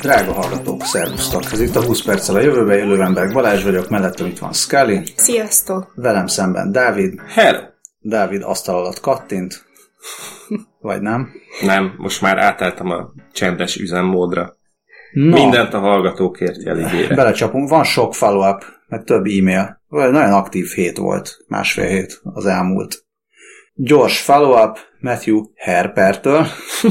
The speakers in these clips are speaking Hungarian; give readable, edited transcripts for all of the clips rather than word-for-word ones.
Drága hallgatók, szervusztok! Ez itt a 20 perccel a jövőbe, én Lövenberg Balázs vagyok, mellettem itt van Scully. Sziasztok! Velem szemben Dávid. Hello! Dávid asztal alatt kattint. Vagy nem? Nem, most már átálltam a csendes üzemmódra. No. Mindent a hallgatókért eligére. Belecsapunk, van sok follow-up, meg több e-mail. Nagyon aktív hét volt, másfél hét az elmúlt. Gyors follow-up Matthew Herpertől.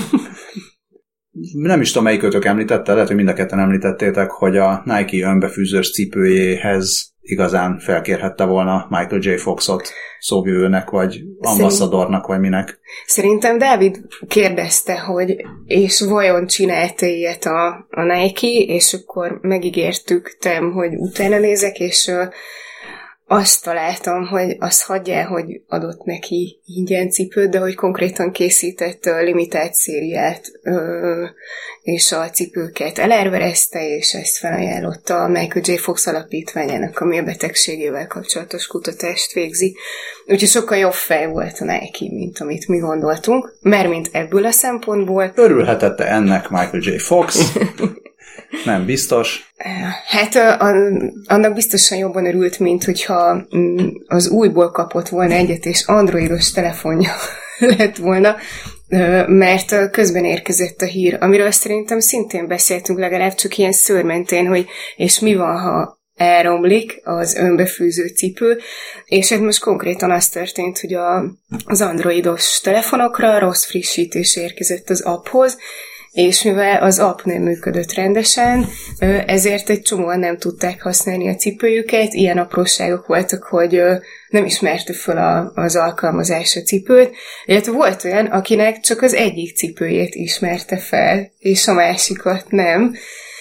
Nem is tudom, melyikötök említette, lehet, hogy mind a ketten említettétek, hogy a Nike önbefűzős cipőjéhez igazán felkérhette volna Michael J. Foxot szóvivőnek, vagy ambasszadornak, vagy minek. Szerintem Dávid kérdezte, hogy és vajon csinálta ilyet a Nike, és akkor megígértük, hogy utána nézek, és azt találtam, hogy azt hagyja, hogy adott neki ingyen cipőt, de hogy konkrétan készített limitált szériát, és a cipőket elárverezte, és ezt felajánlotta a Michael J. Fox alapítványának, ami a betegségével kapcsolatos kutatást végzi. Úgyhogy sokkal jobb fej volt a Nike, mint amit mi gondoltunk, mármint ebből a szempontból. Örülhetette ennek Michael J. Fox? Nem biztos. Hát annak biztosan jobban örült, mint hogyha az újból kapott volna egyet, és androidos telefonja lett volna, mert közben érkezett a hír, amiről szerintem szintén beszéltünk legalább csak ilyen szőrmentén, hogy és mi van, ha elromlik az önbefűző cipő, és hát most konkrétan az történt, hogy az androidos telefonokra rossz frissítés érkezett az apphoz, és mivel az app nem működött rendesen, ezért egy csomóan nem tudták használni a cipőjüket, ilyen apróságok voltak, hogy nem ismerte fel az alkalmazás a cipőt, illetve volt olyan, akinek csak az egyik cipőjét ismerte fel, és a másikat nem,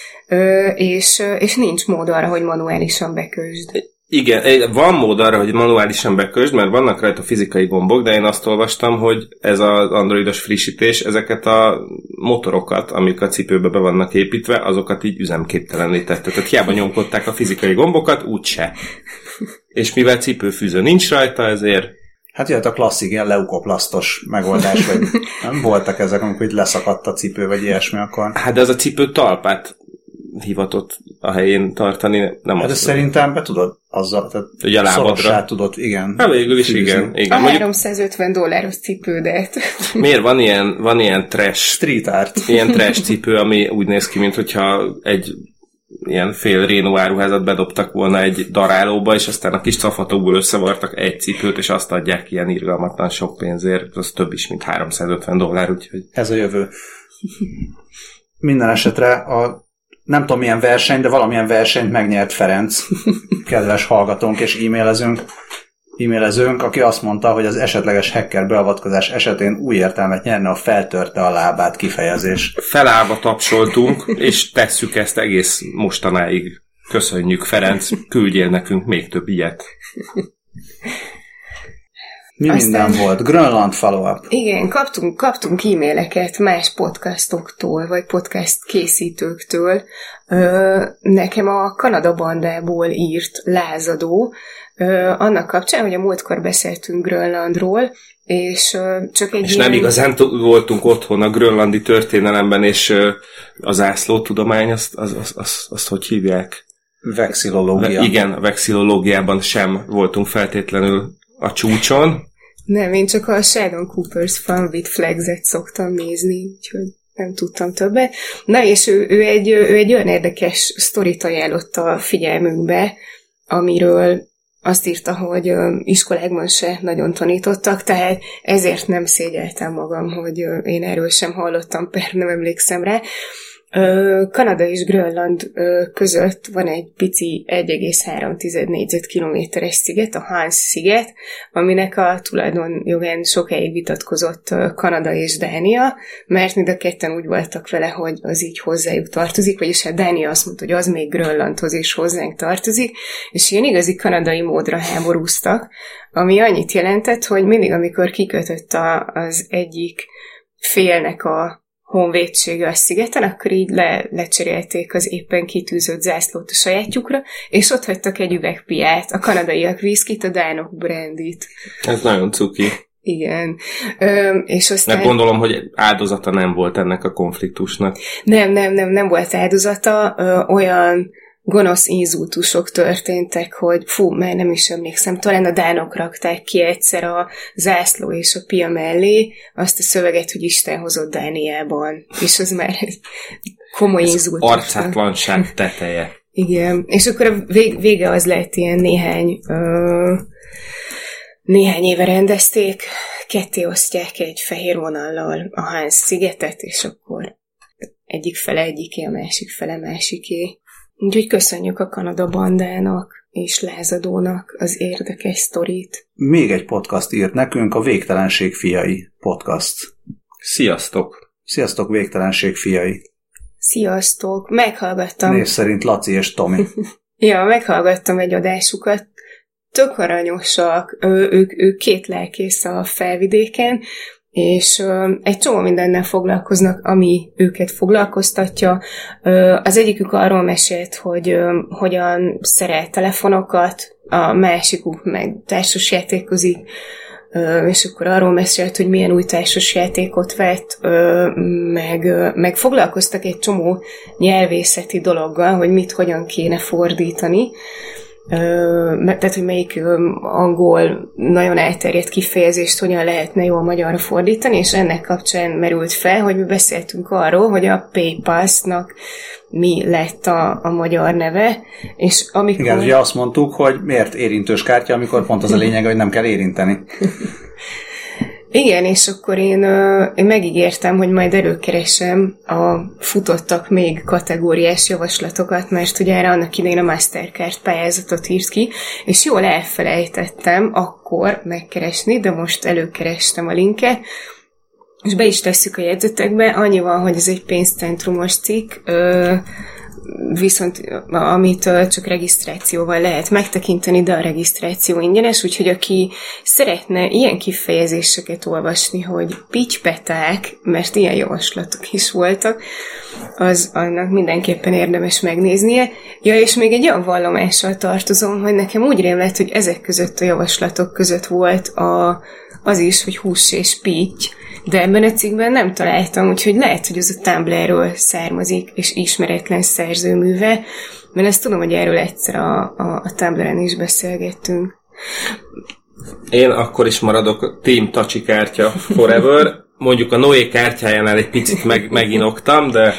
és nincs mód arra, hogy manuálisan bekösd. Igen, van mód arra, hogy manuálisan bekösd, mert vannak rajta fizikai gombok, de én azt olvastam, hogy ez az androidos frissítés, ezeket a motorokat, amik a cipőbe be vannak építve, azokat így üzemképtelenné tette. Tehát hiába nyomkodták a fizikai gombokat, úgyse. És mivel cipőfűző nincs rajta, ezért... Hát jött a klasszik ilyen leukoplasztos megoldás, vagy nem voltak ezek, amikor itt leszakadt a cipő, vagy ilyesmi, akkor... Hát de az a cipő talpát hivatott a helyén tartani, nem hát azt szerintem be tudod azzal, tehát szorossá tudod, igen. Hát végül is igen. A $350 cipődet. Miért van ilyen trash... Street art. Ilyen trash cipő, ami úgy néz ki, mintha egy ilyen fél Rénó áruházat bedobtak volna egy darálóba, és aztán a kis cafatokból összevartak egy cipőt, és azt adják ilyen irgalmatlan sok pénzért. Az több is, mint $350, úgyhogy... Ez a jövő. Minden esetre nem tudom milyen verseny, de valamilyen versenyt megnyert Ferenc, kedves hallgatónk, és e-mailezőnk, aki azt mondta, hogy az esetleges hacker beavatkozás esetén új értelmet nyerne a feltörte a lábát kifejezés. Felállva tapsoltunk, és tesszük ezt egész mostanáig. Köszönjük, Ferenc, küldjél nekünk még több ilyet. Minden volt. Grönland follow-up. Igen, kaptunk e-maileket más podcastoktól, vagy podcast készítőktől. Nekem a Kanada bandából írt lázadó, annak kapcsán, hogy a múltkor beszéltünk Grönlandról, és csak egy és nem igazán voltunk otthon a grönlandi történelemben, és a zászlótudomány, azt hogy hívják? Vexillológia. Igen, a vexillológiában sem voltunk feltétlenül a csúcson. Nem, én csak a Sheldon Cooper's Fun with Flags-et szoktam nézni, úgyhogy nem tudtam többet. Na, és ő egy olyan érdekes sztorit ajánlott a figyelmünkbe, amiről azt írta, hogy iskolákban se nagyon tanítottak, tehát ezért nem szégyeltem magam, hogy én erről sem hallottam, mert nem emlékszem rá. Kanada és Grönland között van egy pici 1,3 négyzetkilométeres sziget, a Hans-sziget, aminek a tulajdonjogán sokáig vitatkozott Kanada és Dánia, mert mind a ketten úgy voltak vele, hogy az így hozzájuk tartozik, vagyis hát Dánia azt mondta, hogy az még Grönlandhoz és hozzánk tartozik, és ilyen igazi kanadai módra háborúztak, ami annyit jelentett, hogy mindig, amikor kikötött az egyik félnek a honvédsége a szigeten, akkor így lecserélték az éppen kitűzött zászlót a sajátjukra, és ott hagytak egy üveg piát, a kanadaiak viszkit, a dánok brandit. Ez nagyon cuki. Igen. És aztán... Mert gondolom, hogy áldozata nem volt ennek a konfliktusnak. Nem volt áldozata. Olyan gonosz inzultusok történtek, hogy már nem is emlékszem, talán a dánok rakták ki egyszer a zászló és a pia mellé azt a szöveget, hogy Isten hozott Dániában. És az már egy komoly inzultus. Arcátlanság teteje. Igen. És akkor a vége az lett ilyen néhány éve rendezték, ketté osztják egy fehér vonallal a Hans szigetet, és akkor egyik fele egyiké, a másik fele másiké. Úgyhogy köszönjük a Kanada bandának és lázadónak az érdekes sztorit. Még egy podcast írt nekünk, a Végtelenség fiai podcast. Sziasztok! Sziasztok, Végtelenség fiai! Sziasztok! Meghallgattam. Név szerint Laci és Tomi. Ja, meghallgattam egy adásukat. Tök aranyosak. Ők két lelkész a Felvidéken, és egy csomó mindennel foglalkoznak, ami őket foglalkoztatja. Az egyikük arról mesélt, hogy hogyan szerel telefonokat, a másikuk meg társasjátékozik, és akkor arról mesélt, hogy milyen új társasjátékot vett, meg foglalkoztak egy csomó nyelvészeti dologgal, hogy mit hogyan kéne fordítani. Tehát, hogy melyik angol nagyon elterjedt kifejezést hogyan lehetne jól magyarra fordítani, és ennek kapcsán merült fel, hogy mi beszéltünk arról, hogy a PayPass-nak mi lett a magyar neve, és amikor... Igen, ugye azt mondtuk, hogy miért érintős kártya, amikor pont az a lényeg, hogy nem kell érinteni. Igen, és akkor én megígértem, hogy majd előkeresem a futottak még kategóriás javaslatokat, mert ugye erre annak idején a Mastercard pályázatot írt ki, és jól elfelejtettem akkor megkeresni, de most előkerestem a linket, és be is tesszük a jegyzetekbe, annyi van, hogy ez egy pénzcentrumos cikk, viszont amit csak regisztrációval lehet megtekinteni, de a regisztráció ingyenes, úgyhogy aki szeretne ilyen kifejezéseket olvasni, hogy pitypeták, mert ilyen javaslatok is voltak, az annak mindenképpen érdemes megnéznie. Ja, és még egy olyan vallomással tartozom, hogy nekem úgy rémlett, hogy ezek között a javaslatok között volt az is, hogy hús és pitty, de ebben a cikkben nem találtam, úgyhogy lehet, hogy az a Tumblrről származik, és ismeretlen szerzőműve, mert ezt tudom, hogy erről egyszer a Tumblren is beszélgettünk. Én akkor is maradok Team Tacsi kártya forever. Mondjuk a Noé kártyájánál egy picit meginoktam, de...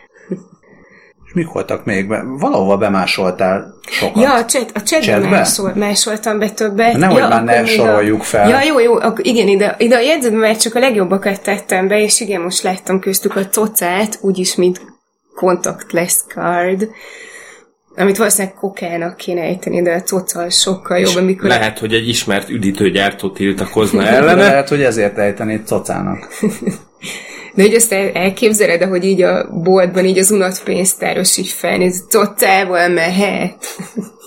És mik voltak még? Valahova bemásoltál sokat. Ja, a chatben másoltam be többet. Nehogy már ne soroljuk fel. Ja, jó, igen, ide a jegyzetben már csak a legjobbakat tettem be, és igen, most láttam köztük a cocát, úgyis, mint contactless card, amit valószínűleg kokának kéne ejteni, de a coca sokkal jobb, amikor... Lehet, hogy egy ismert üdítőgyártó tiltakozna ellene. Lehet, hogy ezért ejteni cocának. De hogy azt elképzeled, hogy így a boltban így az unott pénztáros így felnéz, cocával mehet.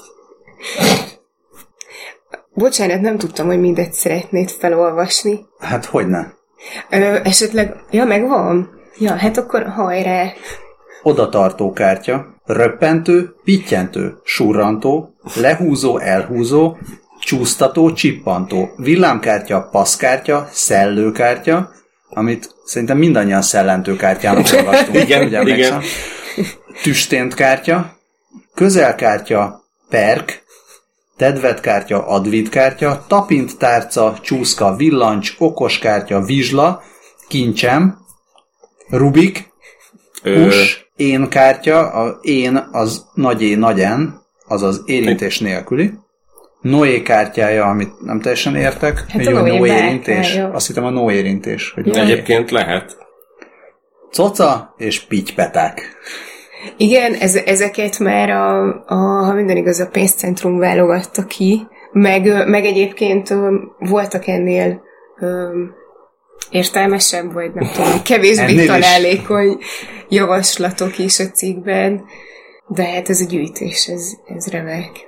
Bocsánat, nem tudtam, hogy mindet szeretnéd felolvasni. Hát hogyne? Esetleg, ja, megvan. Ja, hát akkor hajrá. Odatartó kártya, röppentő, pittyentő, surrantó, lehúzó, elhúzó, csúsztató, csippantó, villámkártya, passzkártya, szellőkártya, amit szerintem mindannyian szellentőkártyának olvastunk. Igen. Tüstént kártya, közelkártya, perk, tedvetkártya, advidkártya, tapint tárca, csúszka, villancs, okoskártya, vizsla, kincsem, rubik, hús, én kártya, a én az nagy é, nagy N, azaz érintés nélküli. Noé kártyája, amit nem teljesen értek. Hát a Noé érintés. Azt hittem a Noé érintés. Hogy egyébként lehet. Coca és pitypeták. Igen, ezeket már ha minden igaz, a pénzcentrum válogatta ki, meg egyébként voltak ennél értelmesebb, vagy nem tudom, kevésbé találékony javaslatok is a cikkben, de hát ez a gyűjtés, ez remek.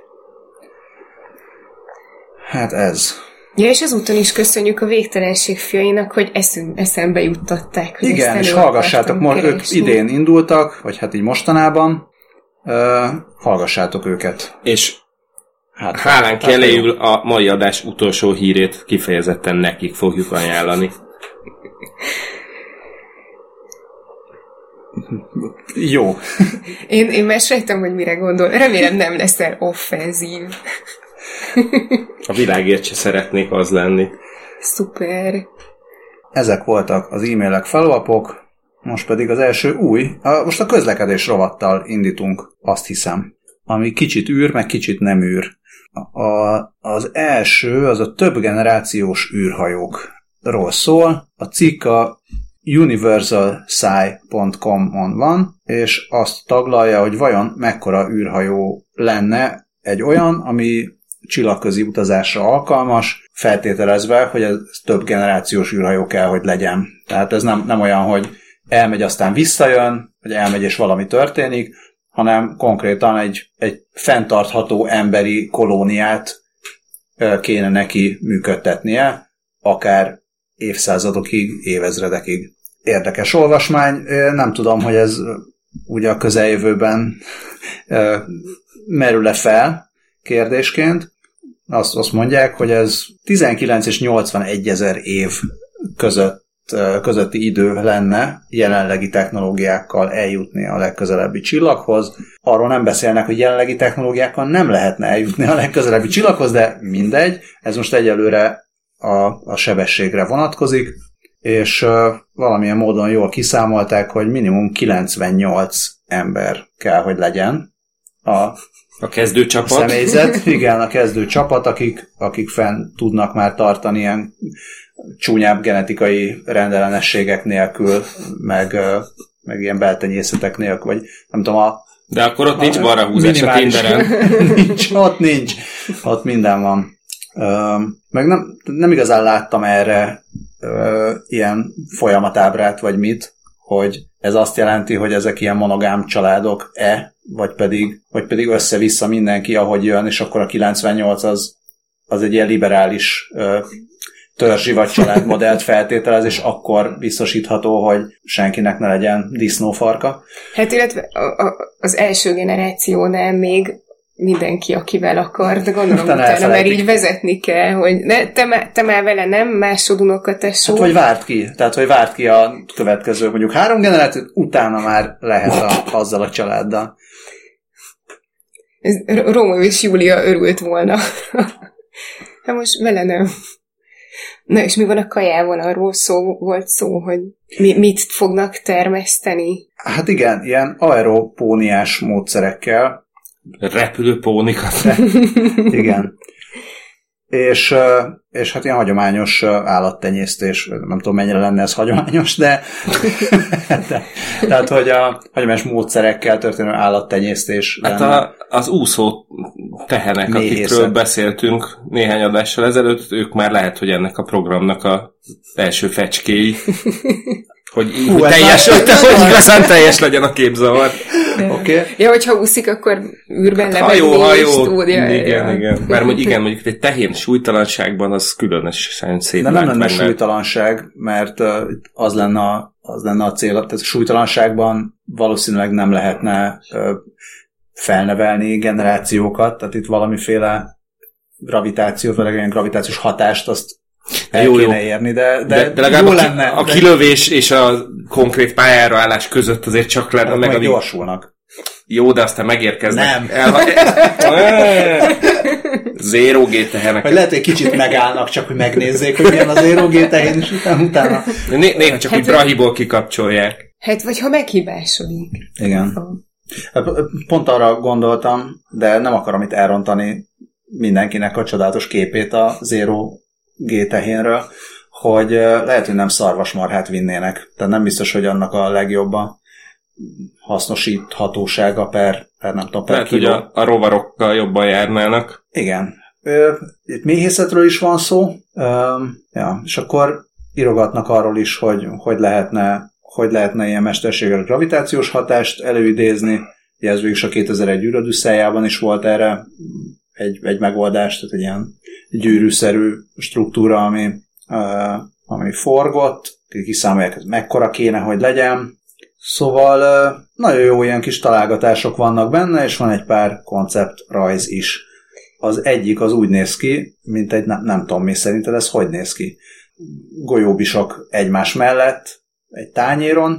Hát ez. Ja, és ezúton is köszönjük a Végtelenség fiainak, hogy eszembe juttatták. Hogy igen, és hallgassátok, ők idén indultak, vagy hát így mostanában, hallgassátok őket. És Hálánk eléül a mai adás utolsó hírét kifejezetten nekik fogjuk ajánlani. Jó. Én már sejtem, hogy mire gondol. Remélem nem leszel offenzív. A világért se szeretnék az lenni. Szuper. Ezek voltak az e-mailek, follow-upok, most pedig az első most a közlekedés rovattal indítunk, azt hiszem. Ami kicsit űr, meg kicsit nem űr. Az első, az a több generációs űrhajókról szól. A cikk a universalsci.com-on van, és azt taglalja, hogy vajon mekkora űrhajó lenne egy olyan, ami csillagközi utazásra alkalmas, feltételezve, hogy ez több generációs űrhajó kell, hogy legyen. Tehát ez nem olyan, hogy elmegy, aztán visszajön, vagy elmegy, és valami történik, hanem konkrétan egy fenntartható emberi kolóniát kéne neki működtetnie, akár évszázadokig, évezredekig. Érdekes olvasmány. Nem tudom, hogy ez ugye a közeljövőben merül-e fel kérdésként. Azt mondják, hogy ez 19 és 81 ezer év közötti idő lenne jelenlegi technológiákkal eljutni a legközelebbi csillaghoz. Arról nem beszélnek, hogy jelenlegi technológiákkal nem lehetne eljutni a legközelebbi csillaghoz, de mindegy. Ez most egyelőre a sebességre vonatkozik, és valamilyen módon jól kiszámolták, hogy minimum 98 ember kell, hogy legyen a kezdőcsapat. Személyzet, igen, a kezdőcsapat, akik fenn tudnak már tartani ilyen csúnyább genetikai rendellenességek nélkül, meg ilyen beltenyészetek nélkül, vagy nem tudom, de akkor ott nincs balrahúzás a Tinderen. nincs, ott minden van. Meg nem igazán láttam erre ilyen folyamatábrát, vagy mit, hogy ez azt jelenti, hogy ezek ilyen monogám családok-e, vagy pedig össze-vissza mindenki, ahogy jön, és akkor a 98 az egy ilyen liberális törzsi vagy családmodellt feltételez, és akkor biztosítható, hogy senkinek ne legyen disznófarka. Hát illetve az első generációnál még mindenki, akivel akar, de gondolom utána már így vezetni kell, hogy te már vele nem, másodunokat tesó. Hát, vagy várt ki a következő, mondjuk 3 generációt, utána már lehet azzal a családdal. Róma és Júlia örült volna. Hát most vele nem. Na és mi van a kajával? Arról volt szó, hogy mit fognak termeszteni? Hát igen, ilyen aeropóniás módszerekkel. Repülőpónikat. Igen. És hát ilyen hagyományos állattenyésztés, nem tudom mennyire lenne ez hagyományos, de tehát, hogy a hagyományos módszerekkel történő állattenyésztés lenne. Hát az úszó tehenek, akikről beszéltünk néhány adással ezelőtt, ők már lehet, hogy ennek a programnak az első fecskéi, hogy igazán teljes legyen a képzavar. Okay. Ja, hogyha úszik, akkor űrben hajó. Igen. Mert mondjuk egy tehén súlytalanságban az különösen szép. De nem lenne súlytalanság, mert az lenne a cél. Tehát a súlytalanságban valószínűleg nem lehetne felnevelni generációkat, tehát itt valamiféle gravitációt, vagy ilyen gravitációs hatást azt kéne érni, de legalább jó lenne. A kilövés és a konkrét pályára állás között azért csak lenne meg gyorsulnak. Jó, de aztán megérkeznek. Nem. Zero G tehenek. Vagy lehet, hogy kicsit megállnak, csak hogy megnézzék, hogy milyen a Zero G tehén, és utána. Néha csak úgy Brahiból kikapcsolják. Hát, vagy ha meghibásodik. Igen. Pont arra gondoltam, de nem akarom itt elrontani mindenkinek a csodálatos képét a Zero G tehénről, hogy lehet, hogy nem szarvasmarhát vinnének. Tehát nem biztos, hogy annak a legjobb a hasznosíthatósága per nem tudom, per kiló. Lehet, hogy a rovarokkal jobban járnának. Igen. Itt méhészetről is van szó, és akkor írogatnak arról is, hogy lehetne ilyen mesterséges gravitációs hatást előidézni. Ez végül is a 2001 űrödüsszeljában is volt erre egy megoldás, tehát egy ilyen gyűrűszerű struktúra, ami forgott, kiszámolják, ez mekkora kéne, hogy legyen. Szóval nagyon jó ilyen kis találgatások vannak benne, és van egy pár konceptrajz is. az egyik az úgy néz ki, mint egy, nem tudom mi, szerinted ez hogy néz ki? Golyóbisok egymás mellett, egy tányéron.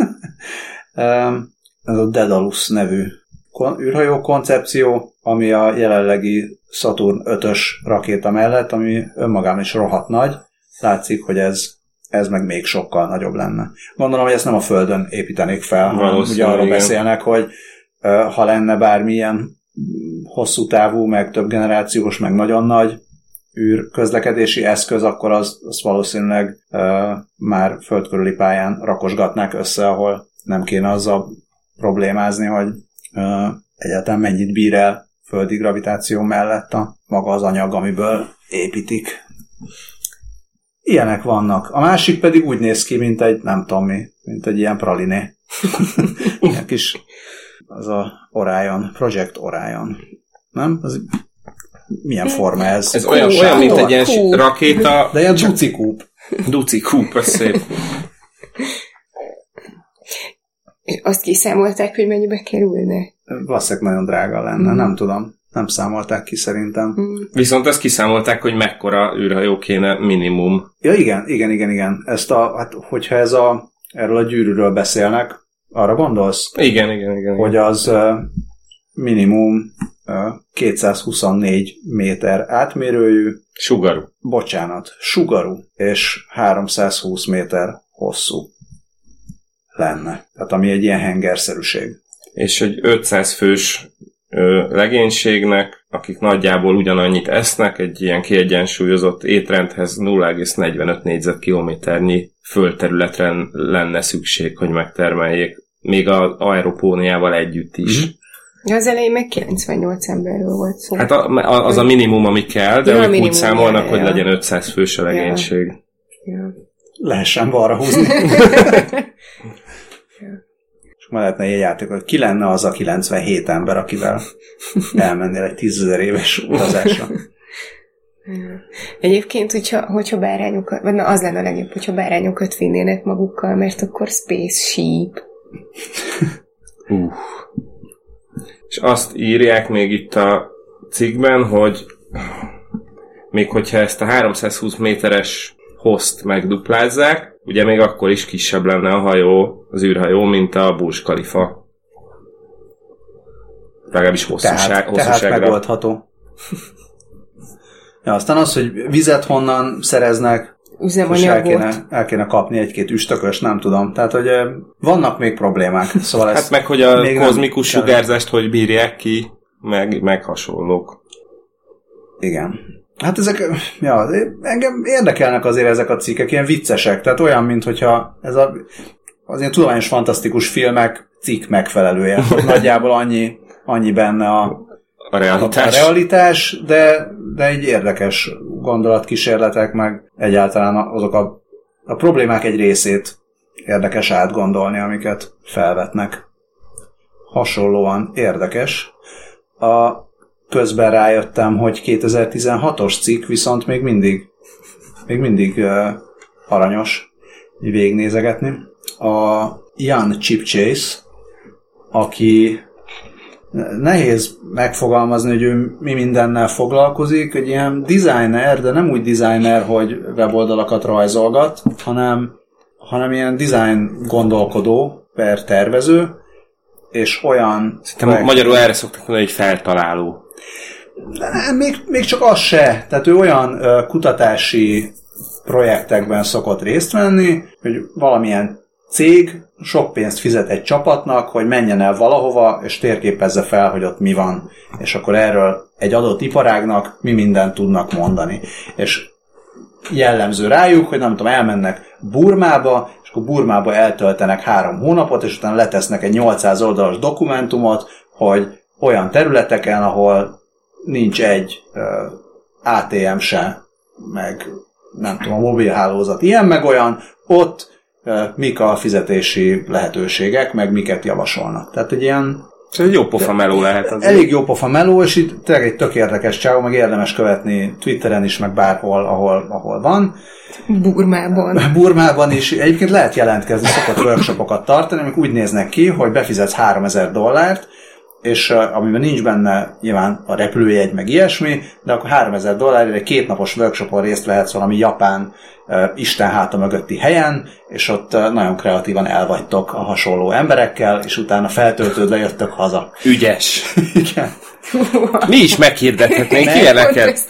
Ez a Daedalus nevű űrhajó koncepció, ami a jelenlegi Saturn 5-ös rakéta mellett, ami önmagában is rohadt nagy. Látszik, hogy ez meg még sokkal nagyobb lenne. Gondolom, hogy ezt nem a Földön építenék fel, hanem ugye arról beszélnek, hogy ha lenne bármilyen hosszú távú, meg több generációs, meg nagyon nagy űrközlekedési eszköz, akkor az valószínűleg már földkörüli pályán rakosgatnák össze, ahol nem kéne azzal problémázni, hogy egyáltalán mennyit bír el földi gravitáció mellett a maga az anyag, amiből építik. Ilyenek vannak. A másik pedig úgy néz ki, mint egy, nem tudom mi, mint egy ilyen praliné. Ilyen kis, az a Orion, Project Orion. Nem? Az, milyen forma ez? Ez olyan, mint egy ilyen rakéta. De ilyen ducikúp. Ducikúp, ez szép. Azt kiszámolták, hogy mennyibe kerülne? Valószínűleg nagyon drága lenne, nem tudom. Nem számolták ki szerintem. Viszont ezt kiszámolták, hogy mekkora űrhajó kéne minimum. Ja, igen. Ezt hogyha erről a gyűrűről beszélnek, arra gondolsz? Igen. Hogy az minimum 224 méter átmérőjű. Sugarú. És 320 méter hosszú lenne. Tehát ami egy ilyen hengerszerűség. És egy 500 fős legénységnek, akik nagyjából ugyanannyit esznek, egy ilyen kiegyensúlyozott étrendhez 0,45 négyzetkilométernyi földterületre lenne szükség, hogy megtermeljék, még az aeropóniával együtt is. Az elején meg 98 emberről volt szó. Hát az a minimum, ami kell, de úgy számolnak, hogy legyen 500 fős a legénység. Ja. Lehessen balra húzni. Ma lehetne egy játék, hogy ki lenne az a 97 ember, akivel elmennél egy 10 000 éves utazásra. Egyébként, hogyha bárányokat, vagy az lenne a legjobb, hogyha bárányokat vinnének magukkal, mert akkor spaceship. És azt írják még itt a cikkben, hogy még hogyha ezt a 320 méteres host megduplázzák, ugye még akkor is kisebb lenne a hajó, az űrhajó, mint a Burj Khalifa. Legalábbis hosszúságra. Tehát megoldható. Ja, aztán az, hogy vizet honnan szereznek, és el kéne kapni egy-két üstökös, nem tudom. Tehát, hogy vannak még problémák. Szóval hát meg, hogy a kozmikus sugárzást hogy bírják ki, meg hasonlók. Igen. Hát ezek, engem érdekelnek azért ezek a cikkek, ilyen viccesek, tehát olyan, mint hogyha ez az ilyen tudományos fantasztikus filmek cikk megfelelője. Nagyjából annyi benne a realitás, de egy érdekes gondolatkísérletek, meg egyáltalán azok a problémák egy részét érdekes átgondolni, amiket felvetnek. Hasonlóan érdekes. Közben rájöttem, hogy 2016-os cikk viszont még mindig aranyos végignézegetni. A Ian Chipchase, aki nehéz megfogalmazni, hogy ő mi mindennel foglalkozik, egy ilyen designer, de nem úgy designer, hogy weboldalakat rajzolgat, hanem ilyen design gondolkodó per tervező, és olyan... Szerintem magyarul erre szoktak mondani, hogy feltaláló. Még csak az se. Tehát ő olyan kutatási projektekben szokott részt venni, hogy valamilyen cég sok pénzt fizet egy csapatnak, hogy menjen el valahova, és térképezze fel, hogy ott mi van. És akkor erről egy adott iparágnak mi mindent tudnak mondani. És jellemző rájuk, hogy nem tudom, elmennek Burmába, és akkor Burmába eltöltenek 3 hónapot, és utána letesznek egy 800 oldalas dokumentumot, hogy olyan területeken, ahol nincs egy ATM se, meg nem tudom, a mobilhálózat ilyen, meg olyan, ott mik a fizetési lehetőségek, meg miket javasolnak. Tehát egy ilyen... Ez egy jó pofa meló lehet. Azért. Elég jó pofa meló, és itt tényleg egy tök érdekes csávó, meg érdemes követni Twitteren is, meg bárhol, ahol van. Burmában is. Egyébként lehet jelentkezni, szokott workshopokat tartani, amik úgy néznek ki, hogy befizetsz $3000, és amiben nincs benne nyilván a repülőjegy, meg ilyesmi, de akkor $3000 egy 2 napos workshopon részt vehetsz valami japán Isten háta mögötti helyen, és ott nagyon kreatívan elvagytok a hasonló emberekkel, és utána feltöltőd, lejöttök haza. Ügyes. Igen. Mi is meghirdethetnénk ilyeneket.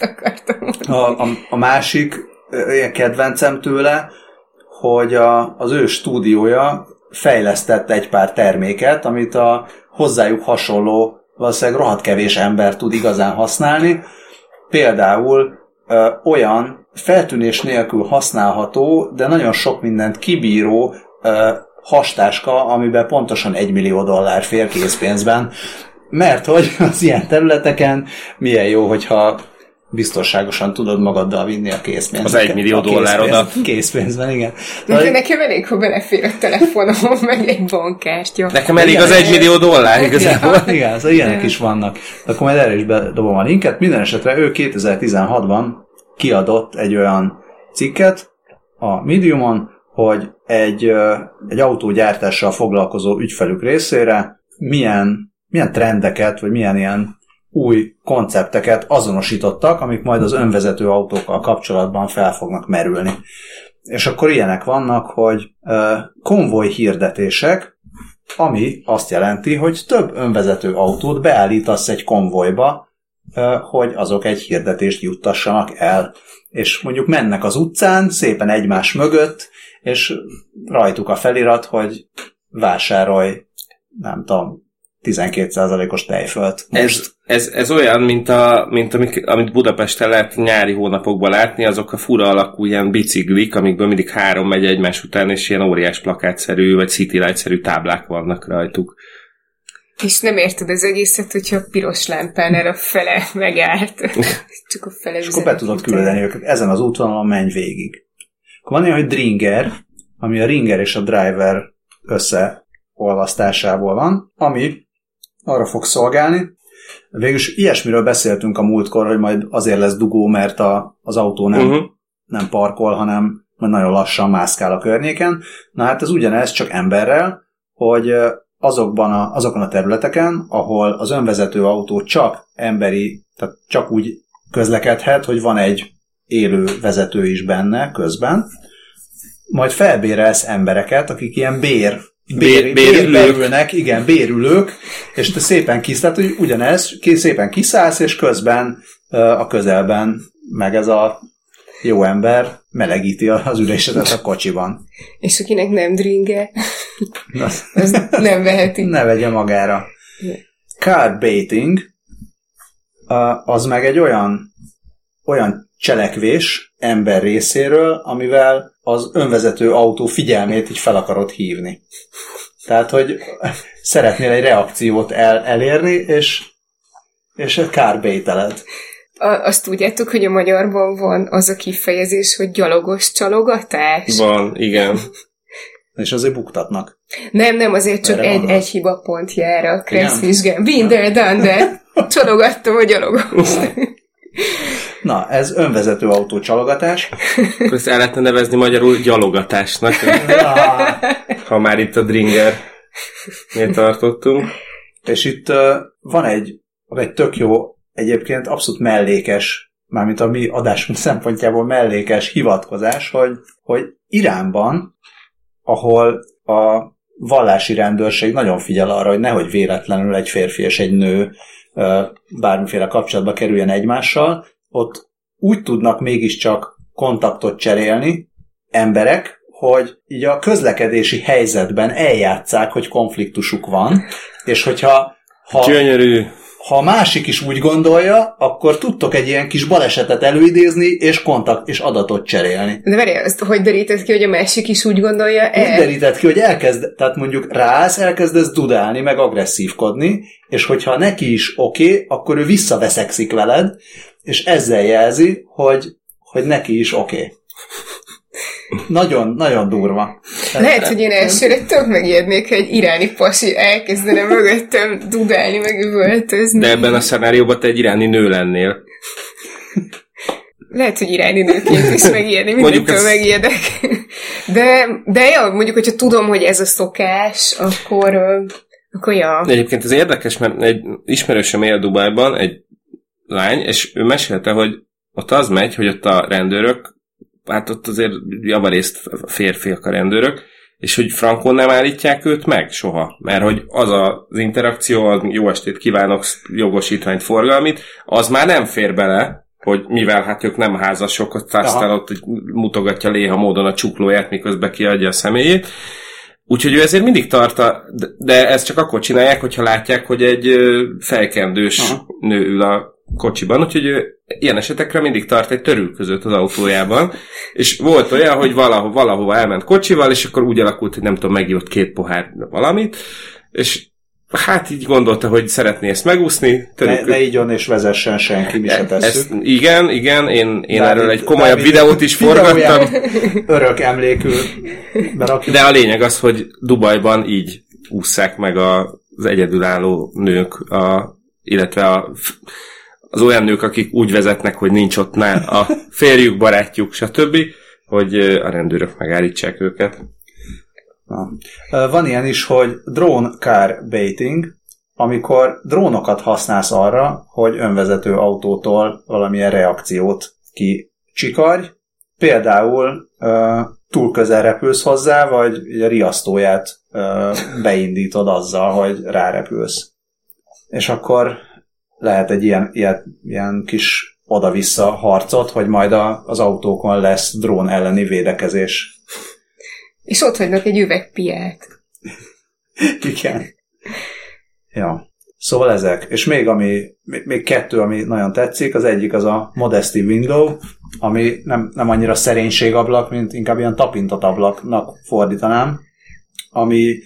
A másik kedvencem tőle, hogy az ő stúdiója fejlesztett egy pár terméket, amit a hozzájuk hasonló, valószínűleg rohadt kevés ember tud igazán használni. Például olyan feltűnés nélkül használható, de nagyon sok mindent kibíró hastáska, amiben pontosan $1 millió fér készpénzben. Mert hogy az ilyen területeken milyen jó, hogyha biztonságosan tudod magaddal vinni a készpénzt. Az $1 millió oda. Készpénzben, igen. Nekem elég, ha belefér a telefonom, meg egy bankkártya. Nekem elég az $1 millió igazából. Igen, szóval ilyenek is vannak. Akkor majd erre is bedobom a linket. Minden esetre ő 2016-ban kiadott egy olyan cikket a Mediumon, hogy egy autógyártással foglalkozó ügyfelük részére milyen trendeket, vagy milyen ilyen új koncepteket azonosítottak, amik majd az önvezető autókkal kapcsolatban fel fognak merülni. És akkor ilyenek vannak, hogy konvoj hirdetések, ami azt jelenti, hogy több önvezető autót beállítasz egy konvojba, hogy azok egy hirdetést juttassanak el. És mondjuk mennek az utcán, szépen egymás mögött, és rajtuk a felirat, hogy vásárolj, nem tudom, 12%-os tejfölt. Ez olyan, amit Budapesten lehet nyári hónapokban látni, azok a fura alakú ilyen biciklik, amikből mindig 3 megy egymás után, és ilyen óriás plakátszerű, vagy City Light-szerű táblák vannak rajtuk. És nem érted az egészet, hogyha piros lámpán erre a fele megállt. Csak a fele. És akkor be tudod küldeni őket. Ezen az útvonalon menj végig. Akkor van olyan, hogy Dringer, ami a Ringer és a Driver összeolvasztásából van, ami arra fog szolgálni. Végülis ilyesmiről beszéltünk a múltkor, hogy majd azért lesz dugó, mert az autó nem parkol, hanem nagyon lassan mászkál a környéken. Na hát ez ugyanez, csak emberrel, hogy azokon a területeken, ahol az önvezető autó csak emberi, tehát csak úgy közlekedhet, hogy van egy élő vezető is benne közben, majd felbérelsz embereket, akik ilyen bérülnek, igen, bérülők, és te szépen tehát hogy ugyanez, szépen kiszállsz, és közben a közelben meg ez a jó ember melegíti az ülésedet a kocsiban. És akinek nem Dringer, az nem veheti. Ne vegye magára. Car baiting az meg egy olyan cselekvés ember részéről, amivel az önvezető autó figyelmét így fel akarod hívni. Tehát, hogy szeretnél egy reakciót elérni, és kárbételed. Azt tudjátok, hogy a magyarban van az a kifejezés, hogy gyalogos csalogatás? Van, igen. És azért buktatnak. Nem, azért csak egy hibapont jár a kresszvizsgán. Been there, done that. Csalogattam a gyalogost. Na, ez önvezető autó csalogatás. Akkor ezt el lehetne nevezni magyarul gyalogatásnak. Ha már itt a Dringernél tartottunk. És itt van egy tök jó, egyébként abszolút mellékes, mármint a mi adásunk szempontjából mellékes hivatkozás, hogy Iránban, ahol a vallási rendőrség nagyon figyel arra, hogy nehogy véletlenül egy férfi és egy nő bármiféle kapcsolatba kerüljen egymással, ott úgy tudnak mégiscsak kontaktot cserélni emberek, hogy így a közlekedési helyzetben eljátsszák, hogy konfliktusuk van, és hogyha gyönyörű. Ha a másik is úgy gondolja, akkor tudtok egy ilyen kis balesetet előidézni, és és adatot cserélni. De várjál, azt hogy deríted ki, hogy a másik is úgy gondolja el? Úgy deríted ki, hogy tehát mondjuk elkezdesz dudálni, meg agresszívkodni, és hogyha neki is oké, akkor ő visszaveszekszik veled, és ezzel jelzi, hogy neki is oké. Nagyon, nagyon durva. Lehet, hogy én elsőre tök megijednék, hogy egy iráni pasi elkezdene mögöttem dudálni, meg üvöltözni. De ebben a szenárióban te egy iráni nő lennél. Lehet, hogy iráni nőként is megijedni, mindentől megиjedek. De jó, mondjuk, hogyha tudom, hogy ez a szokás, akkor Akkor ja. Egyébként ez érdekes, mert egy ismerősöm él Dubajban, egy lány, és ő mesélte, hogy ott az megy, hogy ott a rendőrök, hát ott azért javarészt férfiak a rendőrök, és hogy frankon nem állítják őt meg soha, mert hogy az az interakció, az jó estét kívánok, jogosítványt, forgalmit, az már nem fér bele, hogy mivel hát ők nem házasok, aztán ott mutogatja léha módon a csuklóját, miközben kiadja a személyét. Úgyhogy ő ezért mindig tart, de ezt csak akkor csinálják, hogyha látják, hogy egy fejkendős nő ül a kocsiban, úgyhogy ő ilyen esetekre mindig tart egy törülközőt az autójában, és volt olyan, hogy valahova elment kocsival, és akkor úgy alakult, hogy nem tudom, megívott 2 pohár valamit, és hát így gondolta, hogy szeretné ezt megúszni. Ne igyon és vezessen senki, mi se tesszük. Igen, én erről egy komolyabb videót is forgattam. Örök emlékül berakjuk. De a lényeg az, hogy Dubajban így ússzák meg az egyedülálló nők, illetve az olyan nők, akik úgy vezetnek, hogy nincs ott a férjük, barátjuk, stb., hogy a rendőrök megállítsák őket. Van ilyen is, hogy drone car baiting, amikor drónokat használsz arra, hogy önvezető autótól valamilyen reakciót kicsikarj. Például túl közel repülsz hozzá, vagy a riasztóját beindítod azzal, hogy rárepülsz. És akkor lehet egy ilyen kis oda-vissza harcot, hogy majd az autókon lesz drón elleni védekezés. És ott hagynak egy üveg piát. Igen. Ja. Szóval ezek. És még 2, ami nagyon tetszik. Az egyik az a Modesty Window, ami nem annyira szerénységablak, mint inkább ilyen tapintatablaknak fordítanám, ami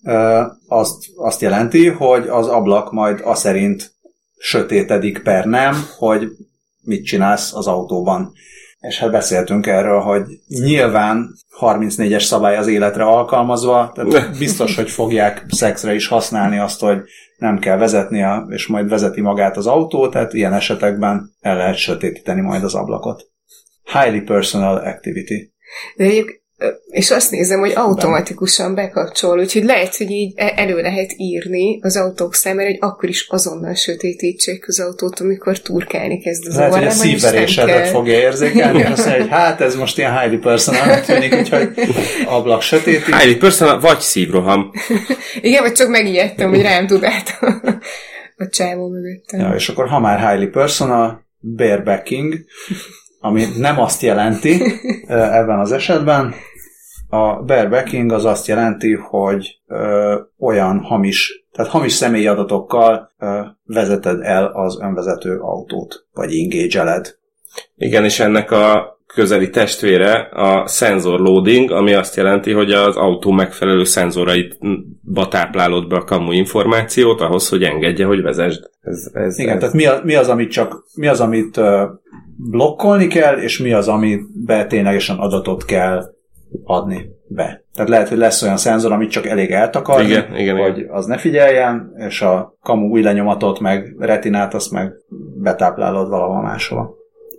azt jelenti, hogy az ablak majd aszerint sötétedik per nem, hogy mit csinálsz az autóban. És hát beszéltünk erről, hogy nyilván 34-es szabály az életre alkalmazva, tehát biztos, hogy fogják szexre is használni azt, hogy nem kell vezetnie, és majd vezeti magát az autó, tehát ilyen esetekben el lehet sötétíteni majd az ablakot. Highly personal activity. De és azt nézem, hogy automatikusan bekapcsol, úgyhogy lehet, hogy így elő lehet írni az autók számára, hogy akkor is azonnal sötétítsék az autót, amikor turkálni kezd az óvárában. Lehet, hogy a szívverésedet fogja érzékelni, és azt mondja, hogy hát ez most ilyen highly personal tűnik, úgyhogy ablak sötétít. Highly personal, vagy szívroham. Igen, vagy csak megijedtem, hogy rám tud át a csávó mögöttem. Ja, és akkor ha már highly personal, barebacking, ami nem azt jelenti ebben az esetben. A barebacking az azt jelenti, hogy olyan hamis személyi adatokkal vezeted el az önvezető autót, vagy engage-eled. Igen, és ennek a közeli testvére a sensor loading, ami azt jelenti, hogy az autó megfelelő szenzoraiba táplálod be a kamu információt ahhoz, hogy engedje, hogy vezesd. Igen, tehát mi az, amit blokkolni kell, és mi az, amiben ténylegesen adatot kell adni be. Tehát lehet, hogy lesz olyan szenzor, amit csak elég eltakarni, hogy az ne figyeljen, és a kamu új lenyomatot, meg retinát, azt meg betáplálod valahol máshol.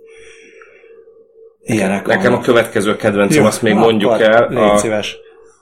Ilyenek nekem a következő kedvencem, azt még mondjuk el. Légy szíves.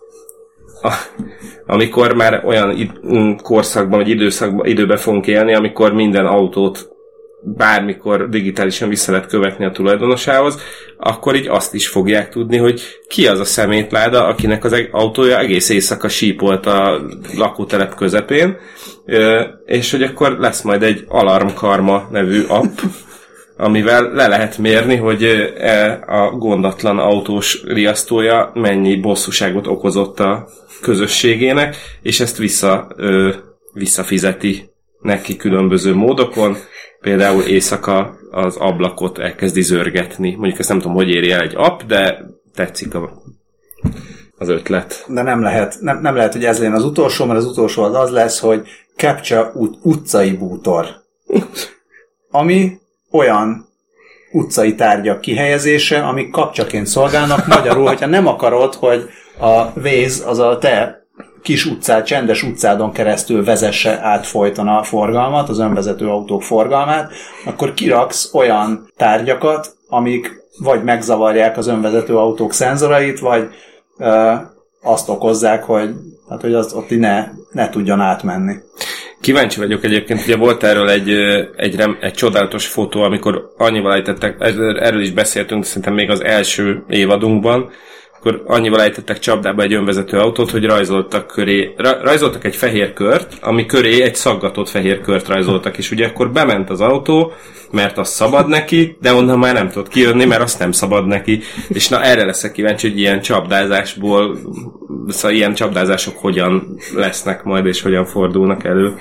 Amikor már olyan korszakban, vagy időben fogunk élni, amikor minden autót bármikor digitálisan vissza lehet követni a tulajdonosához, akkor így azt is fogják tudni, hogy ki az a szemétláda, akinek az autója egész éjszaka sípolt a lakótelep közepén, és hogy akkor lesz majd egy Alarm Karma nevű app, amivel le lehet mérni, hogy a gondatlan autós riasztója mennyi bosszúságot okozott a közösségének, és ezt visszafizeti neki különböző módokon. Például éjszaka az ablakot elkezdi zörgetni. Mondjuk ezt nem tudom, hogy éri el egy app, de tetszik az ötlet. De nem lehet, hogy ez legyen az utolsó, mert az utolsó az lesz, hogy Capture utcai bútor. Ami olyan utcai tárgyak kihelyezése, amik kapcsaként szolgálnak. Magyarul, hogyha nem akarod, hogy a Waze az a te kis utcát, csendes utcádon keresztül vezesse át folyton a forgalmat, az önvezető autók forgalmát, akkor kiraksz olyan tárgyakat, amik vagy megzavarják az önvezető autók szenzorait, vagy azt okozzák, hogy az ott ne tudjon átmenni. Kíváncsi vagyok egyébként, ugye volt erről egy csodálatos fotó, amikor annyival ejtettek, erről is beszéltünk, de szerintem még az első évadunkban, akkor annyival ejtettek csapdába egy önvezető autót, hogy rajzoltak egy fehér kört, ami köré egy szaggatott fehér kört rajzoltak, és ugye akkor bement az autó, mert az szabad neki, de onnan már nem tudott kijönni, mert azt nem szabad neki. És na erre leszek kíváncsi, hogy ilyen csapdázásból, szóval ilyen csapdázások hogyan lesznek majd, és hogyan fordulnak elő.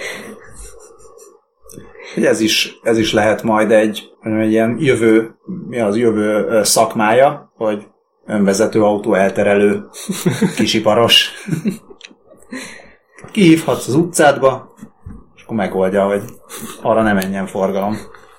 Ez is lehet majd egy ilyen jövő szakmája, hogy önvezető autó elterelő kisiparos. Kihívhatsz az utcádba, és akkor megoldja, hogy arra ne menjen forgalom.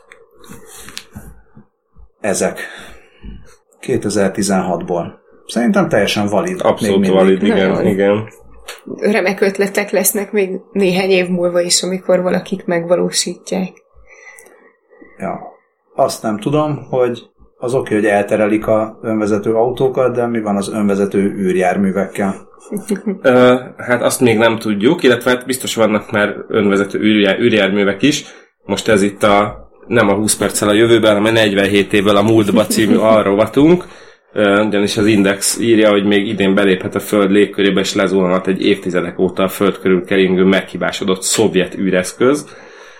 Ezek. 2016-ból. Szerintem teljesen valid. Abszolút valid, igen. Remek ötletek lesznek még néhány év múlva is, amikor valakik megvalósítják. Ja. Azt nem tudom, hogy az oké, hogy elterelik az önvezető autókat, de mi van az önvezető űrjárművekkel? Hát azt még nem tudjuk, illetve hát biztos vannak már önvezető űrjárművek is. Most ez itt nem a 20 perccel a jövőben, hanem a 47 évvel a múltba című alrovatunk. Ugyanis az Index írja, hogy még idén beléphet a Föld légkörébe, és lezuhanhat egy évtizedek óta a Föld körül keringő meghibásodott szovjet űreszköz,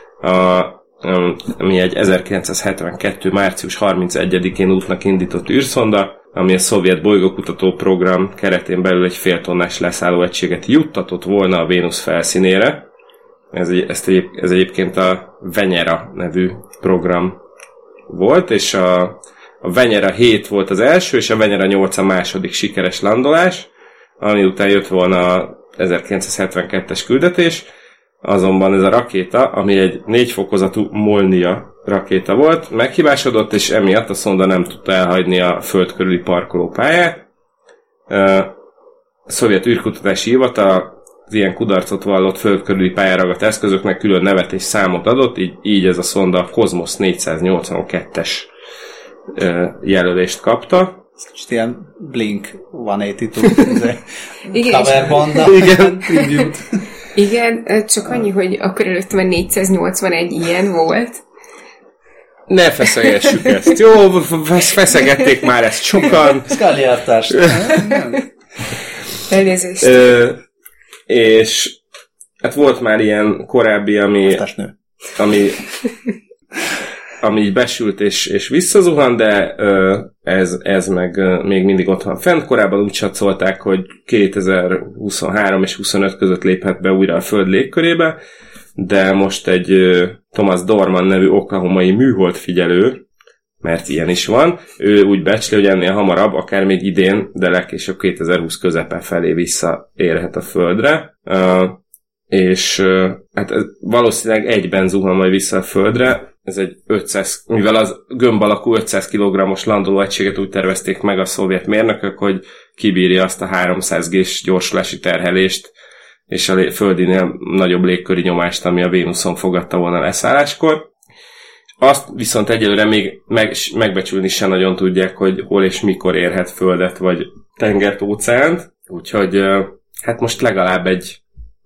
ami egy 1972. március 31-én útnak indított űrszonda, ami a szovjet bolygókutató program keretén belül egy féltonnás leszállóegységet juttatott volna a Vénusz felszínére. Ez egyébként a Venera nevű program volt, és a Venera 7 volt az első, és a Venera 8 a második sikeres landolás, ami után jött volna a 1972-es küldetés, azonban ez a rakéta, ami egy 4 fokozatú Molnia rakéta volt, meghibásodott, és emiatt a szonda nem tudta elhagyni a Föld körüli parkolópályát. A szovjet űrkutatási hivatal az ilyen kudarcot vallott föld körüli pályáragadt eszközöknek külön nevet és számot adott, így ez a szonda a Cosmos 482-es jelölést kapta. Ez kicsit ilyen Blink 182 cover banda. Igen. Igen, csak annyi, hogy akkor előtte már 481 ilyen volt. Ne feszegessük ezt. Jó, feszegették már ezt sokan. Szkáliártást. Elnézést. És hát volt már ilyen korábbi, ami így besült és visszazuhan, de ez meg még mindig ott van fent. Korábban úgy satszolták, hogy 2023 és 25 között léphet be újra a Föld légkörébe, de most egy Thomas Dorman nevű oklahomai műholdfigyelő, mert ilyen is van, ő úgy becsli, hogy ennél hamarabb, akár még idén, de legkésőbb 2020 közepe felé visszaérhet a Földre, és hát valószínűleg egyben zuhan majd vissza a Földre. Ez egy 500, mivel az gömb alakú 500 kg-os landolóegységet úgy tervezték meg a szovjet mérnökök, hogy kibírja azt a 300 G-s gyorsulási terhelést, és a földinél nagyobb légköri nyomást, ami a Vénuszon fogadta volna leszálláskor. Azt viszont egyelőre még megbecsülni sem nagyon tudják, hogy hol és mikor érhet Földet, vagy tengert, óceánt. Úgyhogy hát most legalább egy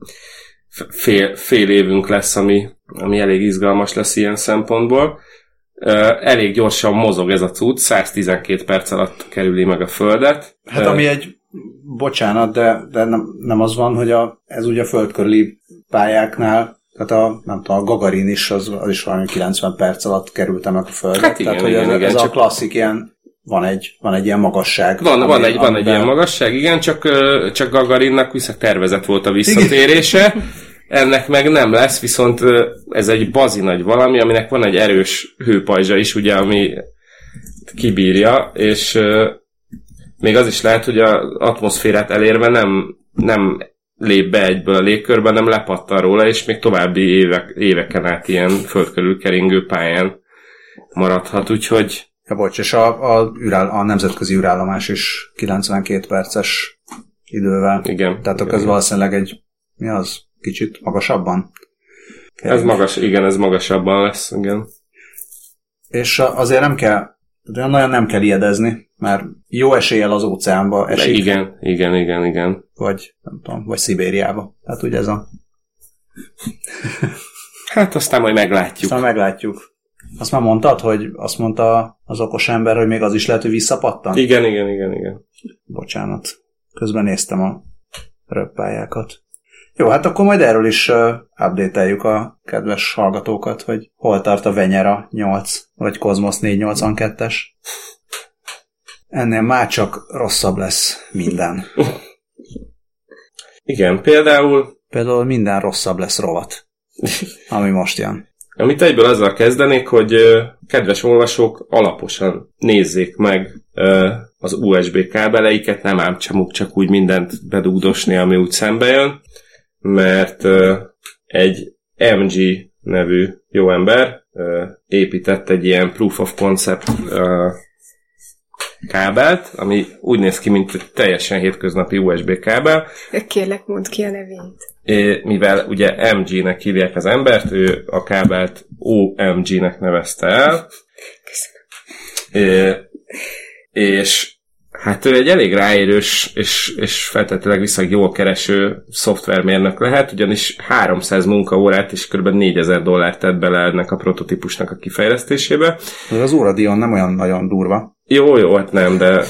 fél évünk lesz, ami elég izgalmas lesz ilyen szempontból. Elég gyorsan mozog ez a cucc, 112 perc alatt kerüli meg a Földet. Hát ami egy, bocsánat, de nem az van, hogy ez ugye a föld körüli pályáknál, tehát a Gagarin is, az is valami 90 perc alatt került meg a Földre. Hát igen, tehát, igen, hogy ez csak a klasszik ilyen, van egy ilyen magasság. Van egy ilyen magasság, igen, csak Gagarinnak tervezett volt a visszatérése. Ennek meg nem lesz, viszont ez egy bazi nagy valami, aminek van egy erős hőpajzsa is, ugye, ami kibírja, és még az is lehet, hogy az atmoszférát elérve nem lép be egyből a légkörbe, nem lepattan róla, és még további éveken át ilyen földkörül keringő pályán maradhat, úgyhogy... Ja, bocs, és a nemzetközi űrállomás is 92 perces idővel. Igen. Tehát ez valószínűleg mi az? Kicsit magasabban? Ez magas, igen, ez magasabban lesz, igen. És azért nem kell De nagyon nem kell ijedezni, mert jó eséllyel az óceánba esik. Igen. Vagy, nem tudom, vagy Szibériába. Tehát ugye ez a... Hát aztán majd meglátjuk. Azt már mondtad, hogy azt mondta az okos ember, hogy még az is lehet, hogy visszapattan? Igen. Bocsánat. Közben néztem a röppályákat. Jó, hát akkor majd erről is update-eljük a kedves hallgatókat, hogy hol tart a Venera 8, vagy Cosmos 482-es. Ennél már csak rosszabb lesz minden. Igen, például minden rosszabb lesz rovat, ami most jön. Amit egyből azzal kezdenék, hogy kedves olvasók, alaposan nézzék meg az USB kábeleiket, nem ám csak úgy mindent bedugdosni, ami úgy szembe jön, mert egy MG nevű jó ember épített egy ilyen proof of concept kábelt, ami úgy néz ki, mint egy teljesen hétköznapi USB kábel. Kérlek, mondd ki a nevét. Mivel ugye MG-nek hívják az embert, ő a kábelt OMG-nek nevezte el. Köszönöm. És hát ő egy elég ráérős és feltétlenül viszonylag jól kereső szoftvermérnök lehet, ugyanis 300 munkaórát és kb. $4000 tett bele ennek a prototípusnak a kifejlesztésébe. Az Uradion nem olyan nagyon durva. Jó, hát nem, de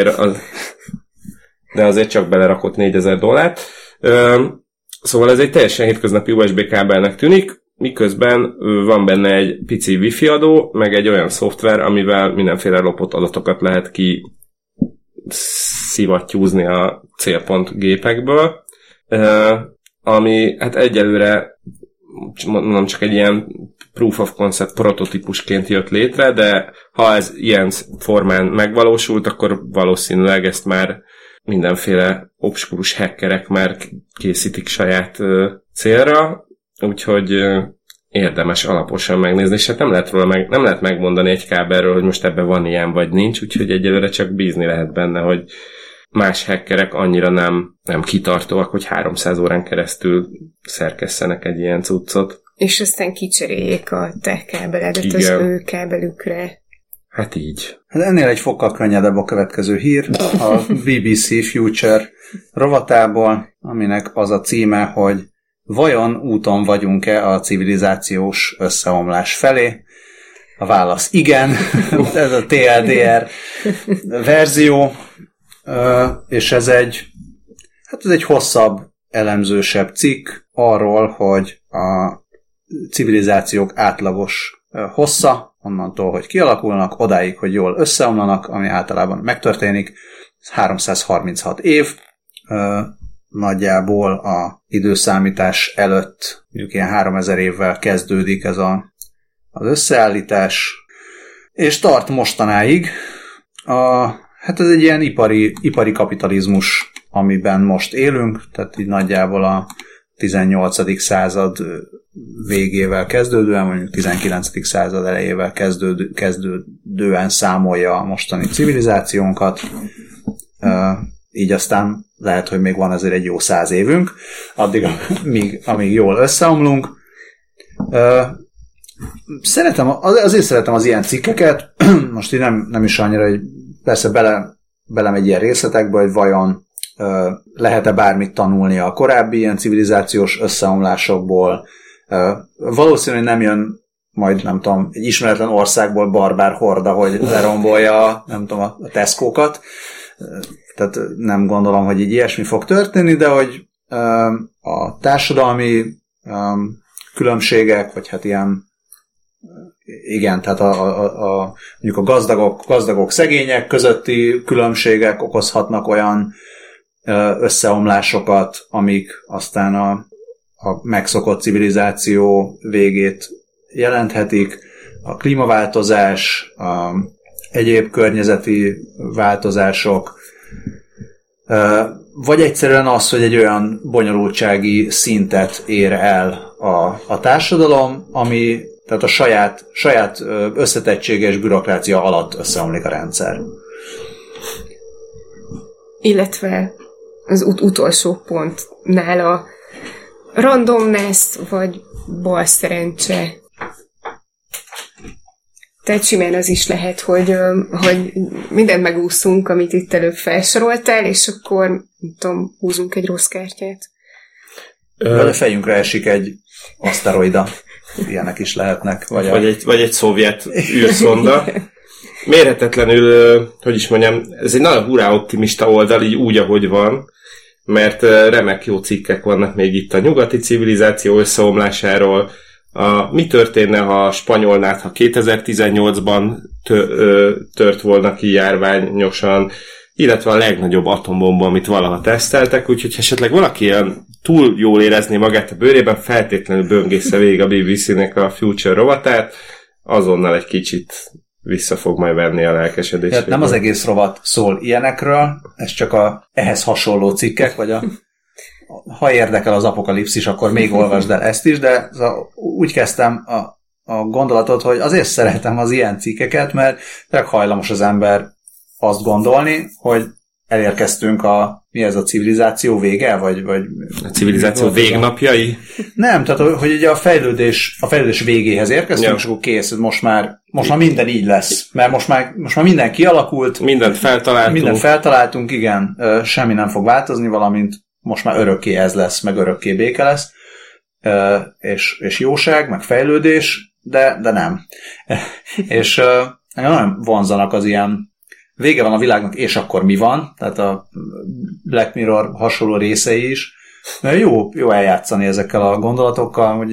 azért csak belerakott $4000. Szóval ez egy teljesen hétköznapi USB kábelnek tűnik, miközben van benne egy pici wifi adó, meg egy olyan szoftver, amivel mindenféle lopott adatokat lehet ki szivattyúzni a célpont gépekből, ami hát egyelőre mondom, csak egy ilyen proof of concept prototípusként jött létre, de ha ez ilyen formán megvalósult, akkor valószínűleg ezt már mindenféle obskurus hackerek már készítik saját célra, úgyhogy érdemes alaposan megnézni, és hát nem lehet megmondani egy kábelről, hogy most ebben van ilyen vagy nincs, úgyhogy egyelőre csak bízni lehet benne, hogy más hackerek annyira nem kitartóak, hogy 300 órán keresztül szerkesszenek egy ilyen cuccot. És aztán kicseréljék a te kábeledet az ő kábelükre. Hát így. Hát ennél egy fokkal könnyedebb a következő hír, a BBC Future rovatából, aminek az a címe, hogy vajon úton vagyunk-e a civilizációs összeomlás felé? A válasz igen, ez a TLDR verzió, és ez egy hosszabb, elemzősebb cikk arról, hogy a civilizációk átlagos hossza, onnantól, hogy kialakulnak, odáig, hogy jól összeomlanak, ami általában megtörténik, 336 év, nagyjából a időszámítás előtt, mondjuk ilyen 3000 évvel kezdődik ez az összeállítás, és tart mostanáig. Hát ez egy ilyen ipari kapitalizmus, amiben most élünk, tehát így nagyjából a 18. század végével kezdődően, mondjuk 19. század elejével kezdődően számolja a mostani civilizációnkat. Így aztán lehet, hogy még van azért egy jó 100 évünk, addig, amíg jól összeomlunk. Azért szeretem az ilyen cikkeket, most így nem is annyira, hogy persze belemegy ilyen részletekbe, hogy vajon lehet-e bármit tanulni a korábbi ilyen civilizációs összeomlásokból. Valószínűleg nem jön majd, nem tudom, egy ismeretlen országból barbár horda, hogy lerombolja nem tudom, a Tesco-kat. Tehát nem gondolom, hogy így ilyesmi fog történni, de hogy a társadalmi különbségek, vagy hát ilyen igen, tehát mondjuk a gazdagok szegények közötti különbségek okozhatnak olyan összeomlásokat, amik aztán a megszokott civilizáció végét jelenthetik, a klímaváltozás, egyéb környezeti változások, vagy egyszerűen az, hogy egy olyan bonyolultsági szintet ér el a társadalom, ami tehát a saját összetettséges bürokrácia alatt összeomlik a rendszer. Illetve az utolsó pontnál a randomness vagy bal szerencse Tehát simán az is lehet, hogy mindent megúszunk, amit itt előbb felsoroltál, és akkor, nem tudom, húzunk egy rossz kártyát. Vagy a fejünkre esik egy aszteroida. Ilyenek is lehetnek. Vagy egy szovjet űrszonda. Mérhetetlenül, hogy is mondjam, ez egy nagyon hurrá optimista oldal, így úgy, ahogy van, mert remek jó cikkek vannak még itt a nyugati civilizáció összeomlásáról. Mi történne, ha a spanyolnát, ha 2018-ban tört volna ki járványosan, illetve a legnagyobb atombomba, amit valaha teszteltek, úgyhogy esetleg valaki ilyen túl jól érezné magát a bőrében, feltétlenül böngészze végig a BBC-nek a Future rovatát, azonnal egy kicsit vissza fog majd venni a lelkesedést. Tehát nem az egész rovat szól ilyenekről, ez csak ehhez hasonló cikkek, vagy ha érdekel az apokalipszis, akkor még olvasd el ezt is, de úgy kezdtem a gondolatot, hogy azért szeretem az ilyen cikkeket, mert hajlamos az ember azt gondolni, hogy elérkeztünk mi ez a civilizáció vége, vagy a civilizáció végnapjai? Nem, tehát hogy ugye a fejlődés végéhez érkeztünk, és akkor kész, most már minden így lesz, mert most már minden kialakult, mindent feltaláltunk, igen, semmi nem fog változni, valamint most már örökké ez lesz, meg örökké béke lesz, és jóság, meg fejlődés, de nem. És nagyon vonzanak az ilyen vége van a világnak, és akkor mi van? Tehát a Black Mirror hasonló részei is. Mert jó eljátszani ezekkel a gondolatokkal, hogy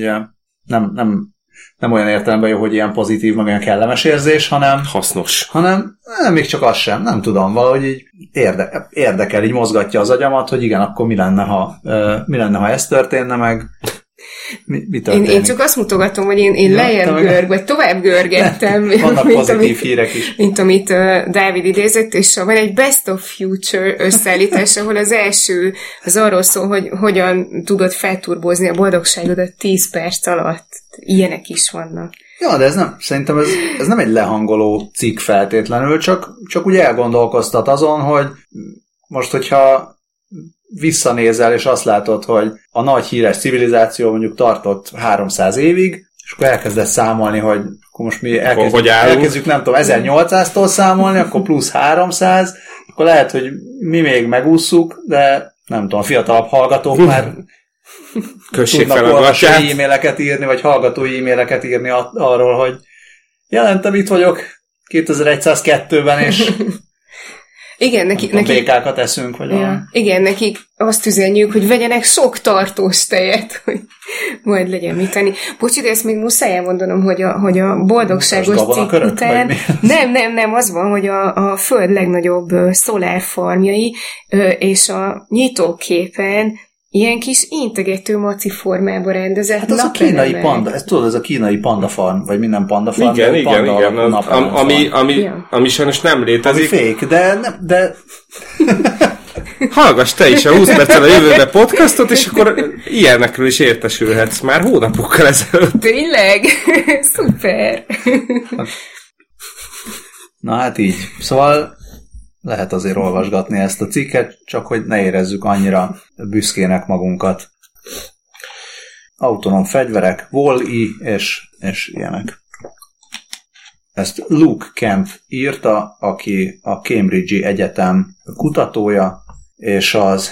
nem olyan értelemben jó, hogy ilyen pozitív, meg olyan kellemes érzés, hanem hasznos. Hanem még csak az sem, nem tudom, valahogy így érdekel, így mozgatja az agyamat, hogy igen, akkor mi lenne, ha ez történne, meg mi történik? Én csak azt mutogatom, hogy én lejjebb vagy tovább görgettem. Vannak pozitív hírek is. Mint amit Dávid idézett, és van egy Best of Future összeállítás, ahol az első az arról szól, hogy hogyan tudod felturbozni a boldogságodat 10 perc alatt. Ilyenek is vannak. Ja, de szerintem ez nem egy lehangoló cikk feltétlenül, csak úgy elgondolkoztat azon, hogy most, hogyha visszanézel, és azt látod, hogy a nagy híres civilizáció mondjuk tartott 300 évig, és akkor elkezdesz számolni, hogy akkor most mi elkezdjük nem tudom, 1800-tól számolni, akkor plusz 300, akkor lehet, hogy mi még megússzuk, de nem tudom, fiatalabb hallgatók már tudnak olvasói e-maileket írni, vagy hallgatói e-maileket írni arról, hogy jelentem, itt vagyok 2102-ben, és igen, nekik békákat eszünk, vagy igen, nekik azt üzenjük, hogy vegyenek sok tartós tejet, hogy majd legyen mit tenni. Bocsi, de ezt még muszáj elmondanom, hogy a boldogságos cikk után... Nem, az van, hogy a Föld legnagyobb szolárfarmjai és a nyitóképen ilyen kis integető maci formában rendezett. Hát az a kínai panda, ez a kínai panda farm, vagy minden panda farm. Igen. Ami sajnos nem létezik. Ami fake, de... Hallgass te is a 20 perccel a jövőbe podcastot, és akkor ilyenekről is értesülhetsz már hónapokkal ezelőtt. Tényleg? Szuper! Na hát így. Szóval lehet azért olvasgatni ezt a cikket, csak hogy ne érezzük annyira büszkének magunkat. Autonóm fegyverek, Wall-E és ilyenek. Ezt Luke Kemp írta, aki a Cambridge-i Egyetem kutatója, és az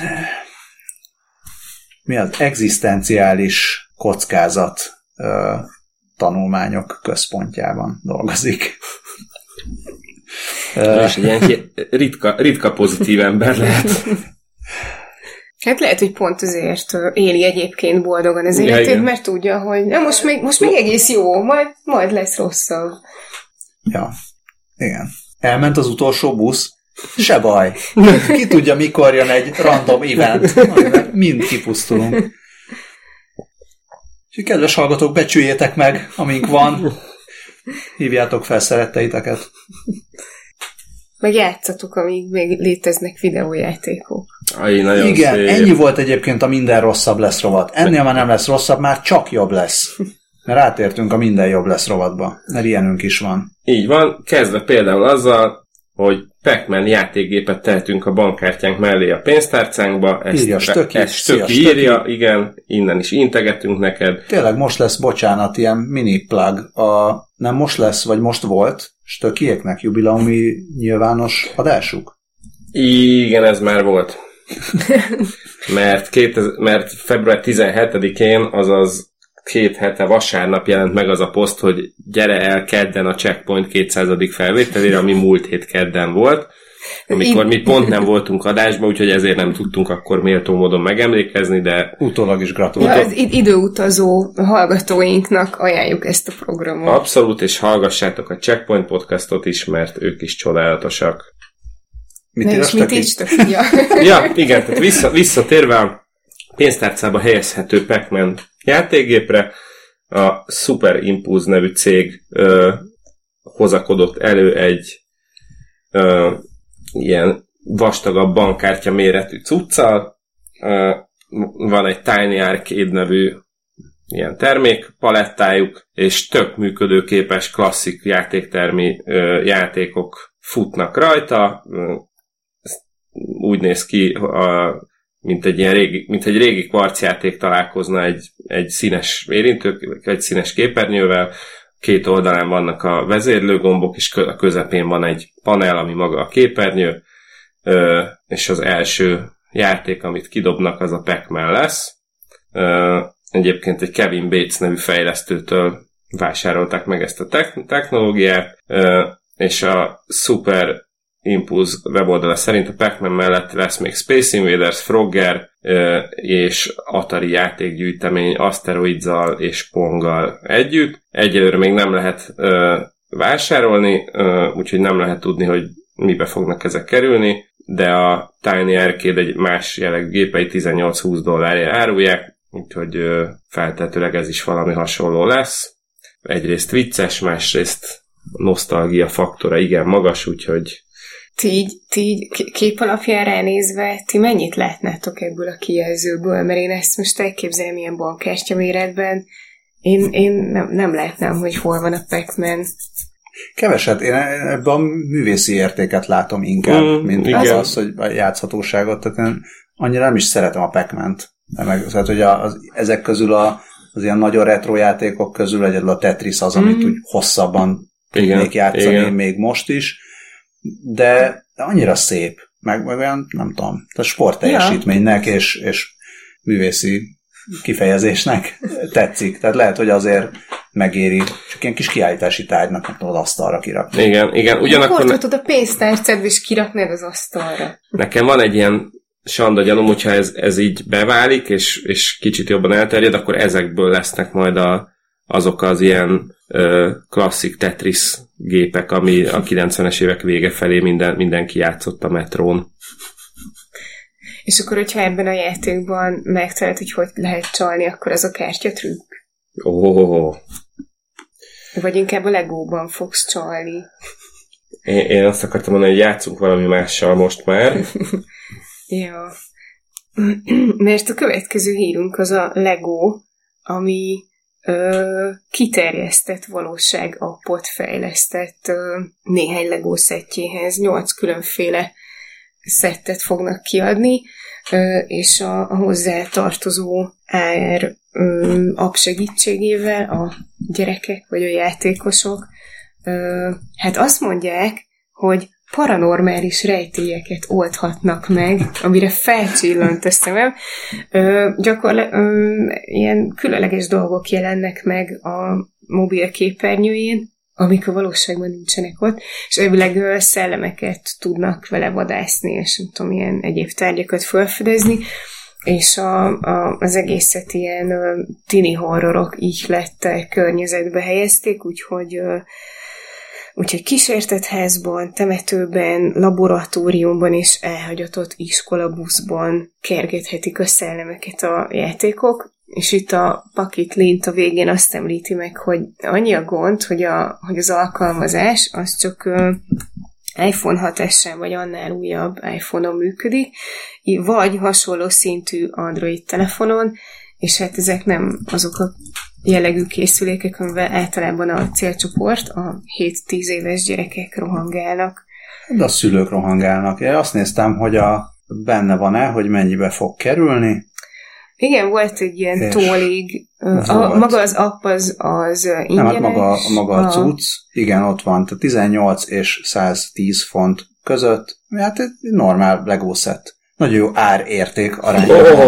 egzisztenciális kockázat tanulmányok központjában dolgozik. És egy ilyen ritka pozitív ember lehet. Hát lehet, hogy pont azért éli egyébként boldogan az életét, mert tudja, hogy most még egész jó, majd lesz rosszabb. Ja, igen. Elment az utolsó busz, se baj. Ki tudja, mikor jön egy random event, amiben mind kipusztulunk. Úgyhogy kedves hallgatók, becsüljétek meg, amink van. Hívjátok fel szeretteiteket. Meg játszatok, amíg még léteznek videójátékok. Igen, szép. Ennyi volt egyébként a minden rosszabb lesz rovat. Ennél már nem lesz rosszabb, már csak jobb lesz. Mert átértünk a minden jobb lesz rovatba. Mert ilyenünk is van. Így van, kezdve például azzal, hogy Pac-Man játékgépet tehetünk a bankkártyánk mellé a pénztárcánkba. Ezt Stöki írja, igen, innen is integetünk neked. Tényleg most lesz, bocsánat, ilyen mini plug. Nem most lesz, vagy most volt Stökieknek jubileumi nyilvános adásuk? Igen, ez már volt. mert február 17-én, azaz 2 hete vasárnap jelent meg az a poszt, hogy gyere el kedden a Checkpoint 200. felvételére, ami múlt hét kedden volt, amikor mi pont nem voltunk adásban, úgyhogy ezért nem tudtunk akkor méltó módon megemlékezni, de... Utólag is gratulálok. Ja, az időutazó hallgatóinknak ajánljuk ezt a programot. Abszolút, és hallgassátok a Checkpoint podcastot is, mert ők is csodálatosak. Mit írt? Ja, igen, tehát visszatérve a pénztárcába helyezhető Pac-Man játékgépre, a Super Impulse nevű cég hozakodott elő egy ilyen vastagabb bankkártya méretű cuccal. Van egy Tiny Arcade nevű ilyen termékpalettájuk, és tök működőképes klasszik játéktermi játékok futnak rajta. Úgy néz ki, mint egy régi kvarcjáték találkozna egy színes egy színes képernyővel. Két oldalán vannak a vezérlőgombok, és a közepén van egy panel, ami maga a képernyő, és az első játék, amit kidobnak, az a Pac-Man lesz. Egyébként egy Kevin Bates nevű fejlesztőtől vásárolták meg ezt a technológiát, és a Super Impulse weboldala szerint a Pac-Man mellett lesz még Space Invaders, Frogger és Atari játékgyűjtemény Asteroids-zal és Ponggal együtt. Egyelőre még nem lehet vásárolni, úgyhogy nem lehet tudni, hogy mibe fognak ezek kerülni, de a Tiny Arcade egy más jellegű gépei $18-20 árulják, úgyhogy feltetőleg ez is valami hasonló lesz. Egyrészt vicces, másrészt nosztalgia faktora igen magas, úgyhogy Ti így kép alapján ránézve, ti mennyit látnátok ebből a kijelzőből? Mert én ezt most elképzelem ilyen bankkártya méretben. Én nem látnám, hogy hol van a Pac-Man. Keveset. Én ebben a művészi értéket látom inkább, mint az, hogy a játszhatóságot. Tehát én annyira nem is szeretem a Pac-Man-t. Tehát, hogy ezek közül az ilyen nagyon retro játékok közül egyedül a Tetris az, amit úgy hosszabban tudnék játszani még most is. De annyira szép, meg olyan, nem tudom, a sportteljesítménynek és művészi kifejezésnek tetszik. Tehát lehet, hogy azért megéri csak ilyen kis kiállítási tárgynak, nem tudod asztalra kirakni. Igen. Ugyanakkor... Hordhatod a pénztárcád, és kiraknád az asztalra. Nekem van egy ilyen sanda gyanúm, hogyha ez így beválik, és kicsit jobban elterjed, akkor ezekből lesznek majd azok az ilyen klasszik Tetris gépek, ami a 90-es évek vége felé mindenki játszott a metrón. És akkor, hogyha ebben a játékban megtalált, hogy lehet csalni, akkor az a kártyatrükk? Vagy inkább a Legóban fogsz csalni? Én azt akartam mondani, hogy játszunk valami mással most már. Ja. Mert a következő hírunk az a Lego, ami kiterjesztett valóság appot fejlesztett néhány Lego szettjéhez. 8 különféle szettet fognak kiadni, és a hozzá tartozó AR app segítségével a gyerekek vagy a játékosok hát azt mondják, hogy paranormális rejtélyeket oldhatnak meg, amire felcsillant a szemem. Ilyen különleges dolgok jelennek meg a mobil képernyőjén, amik a valóságban nincsenek ott, és elvileg szellemeket tudnak vele vadászni, és nem tudom, ilyen egyéb tárgyakat felfedezni, és az egészet ilyen tini horrorok ihlettel környezetbe helyezték, úgyhogy kísértett házban, temetőben, laboratóriumban és elhagyatott iskolabuszban kergethetik a szellemeket a játékok, és itt a Pakit Lint a végén azt említi meg, hogy annyi a gond, hogy az alkalmazás az csak iPhone 6S-en vagy annál újabb iPhone-on működik, vagy hasonló szintű Android telefonon, és hát ezek nem azok a jellegű készülékek, amivel általában a célcsoport, a 7-10 éves gyerekek rohangálnak. De a szülők rohangálnak. Én azt néztem, hogy benne van-e, hogy mennyibe fog kerülni. Igen, volt egy ilyen tólig. Maga az app az ingyenes. Nem, hát maga a cucc. Igen, ott van. 18 és 110 font között. Hát egy normál Lego set. Nagyon jó ár-érték arányban.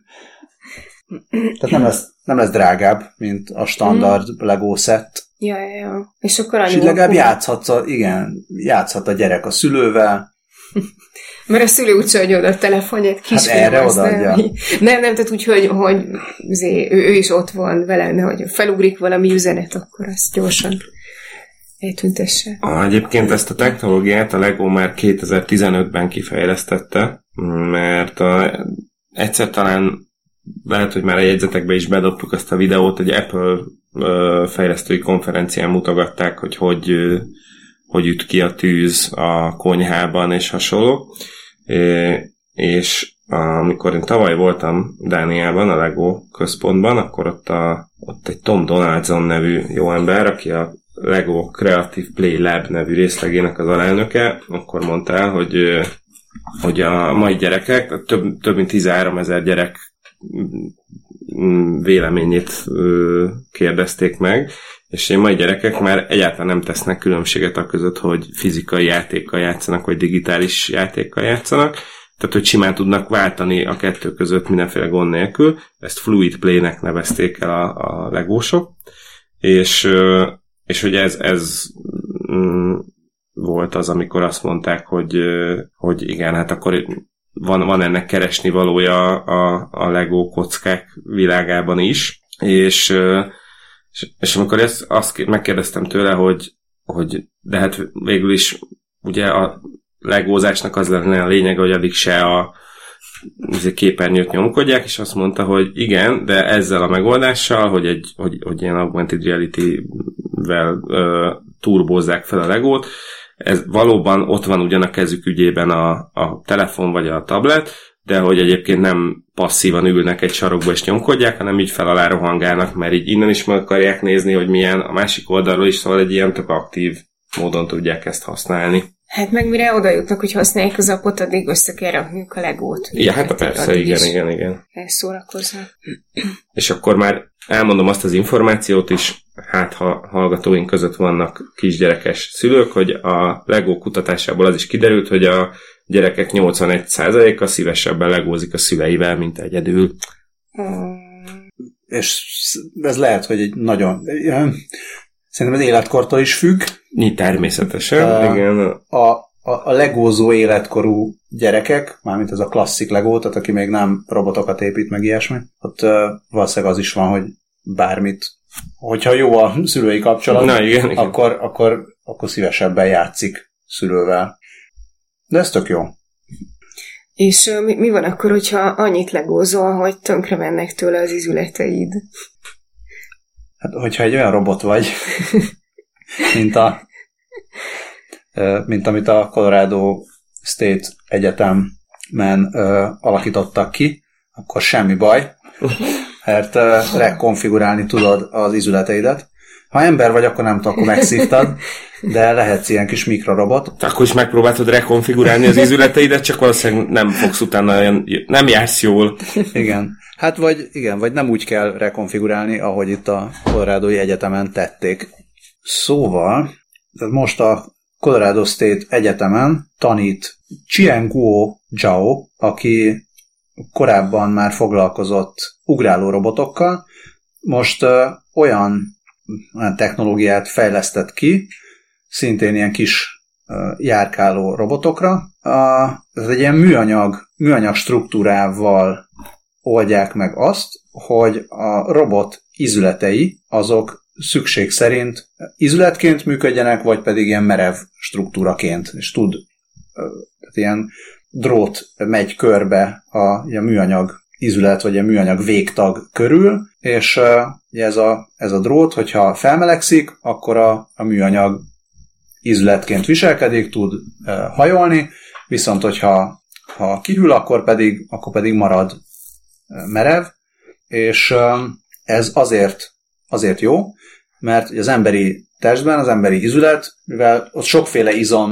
Tehát nem lesz drágább, mint a standard Lego set. Ja. És akkor és legalább játszhat a gyerek a szülővel. Mert a szülő úgyse adja oda a telefonját, kisfiam. Hát erre odaadja. Nem, tehát úgy, hogy ő is ott van vele, hogy felugrik valami üzenet, akkor azt gyorsan eltüntesse. Egyébként ezt a technológiát a Lego már 2015-ben kifejlesztette, mert egyszer talán lehet, hogy már a jegyzetekbe is bedobtuk azt a videót, hogy Apple fejlesztői konferencián mutogatták, hogy üt ki a tűz a konyhában és hasonló. És amikor én tavaly voltam Dániában, a Lego központban, akkor ott egy Tom Donaldson nevű jó ember, aki a Lego Creative Play Lab nevű részlegének az alelnöke, akkor mondta el, hogy a mai gyerekek, több mint 13 000 gyerek véleményét kérdezték meg, és a mai gyerekek már egyáltalán nem tesznek különbséget aközött, hogy fizikai játékkal játszanak, vagy digitális játékkal játszanak, tehát hogy simán tudnak váltani a kettő között mindenféle gond nélkül. Ezt Fluid Play-nek nevezték el a legósok, és hogy ez volt az, amikor azt mondták, hogy igen, hát akkor van ennek keresni valója a Lego kockák világában is, és amikor azt megkérdeztem tőle, hogy de hát végül is ugye a legózásnak az lenne a lényeg, hogy addig se a képernyőt nyomkodják, és azt mondta, hogy igen, de ezzel a megoldással, hogy ilyen augmented reality-vel turbózzák fel a Legót, ez valóban ott van ugyan a kezük ügyében a telefon vagy a tablet, de hogy egyébként nem passzívan ülnek egy sarokba és nyomkodják, hanem így fel alá rohangálnak, mert így innen is meg akarják nézni, hogy milyen a másik oldalról is, szóval egy ilyen tök aktív módon tudják ezt használni. Hát meg mire oda jutnak, hogy használják az appot, addig össze kell rakniuk a Legót. Ja, hát persze, igen. Elszórakoznak. És akkor már elmondom azt az információt is, hát ha hallgatóink között vannak kisgyerekes szülők, hogy a Lego kutatásából az is kiderült, hogy a gyerekek 81%-a szívesebben legózik a szüleivel, mint egyedül. És ez lehet, hogy egy nagyon... Szerintem az életkortól is függ. Természetesen, igen. A legózó életkorú gyerekek, mármint ez a klasszik Legó, tehát aki még nem robotokat épít, meg ilyesmi, ott valószínűleg az is van, hogy bármit, hogyha jó a szülői kapcsolat, igen. Akkor szívesebben játszik szülővel. De ez tök jó. És mi van akkor, hogyha annyit legózol, hogy tönkre mennek tőle az izületeid? Hát, hogyha egy olyan robot vagy, mint amit a Colorado State Egyetemen alakítottak ki, akkor semmi baj, mert rekonfigurálni tudod az izületeidet. Ha ember vagy, akkor nem tudom, akkor megszívtad, de lehetsz ilyen kis mikrorobot. Akkor is megpróbáltad rekonfigurálni az izületeidet, csak valószínűleg nem fogsz utána nem jársz jól. Igen. Hát vagy nem úgy kell rekonfigurálni, ahogy itt a Colorado-i Egyetemen tették. Szóval, most a Colorado State Egyetemen tanít Chien-Guo Zhao, aki korábban már foglalkozott ugráló robotokkal, most olyan technológiát fejlesztett ki, szintén ilyen kis járkáló robotokra. Ez egy ilyen műanyag struktúrával oldják meg azt, hogy a robot izületei azok szükség szerint izületként működjenek, vagy pedig ilyen merev struktúraként, és tehát ilyen drót megy körbe a műanyag izület, vagy a műanyag végtag körül, és ez a drót, hogyha felmelegszik, akkor a műanyag izületként viselkedik, tud hajolni, viszont hogyha kihűl, akkor pedig marad merev, és ez azért jó, mert az emberi testben, az emberi izület, mivel ott sokféle izom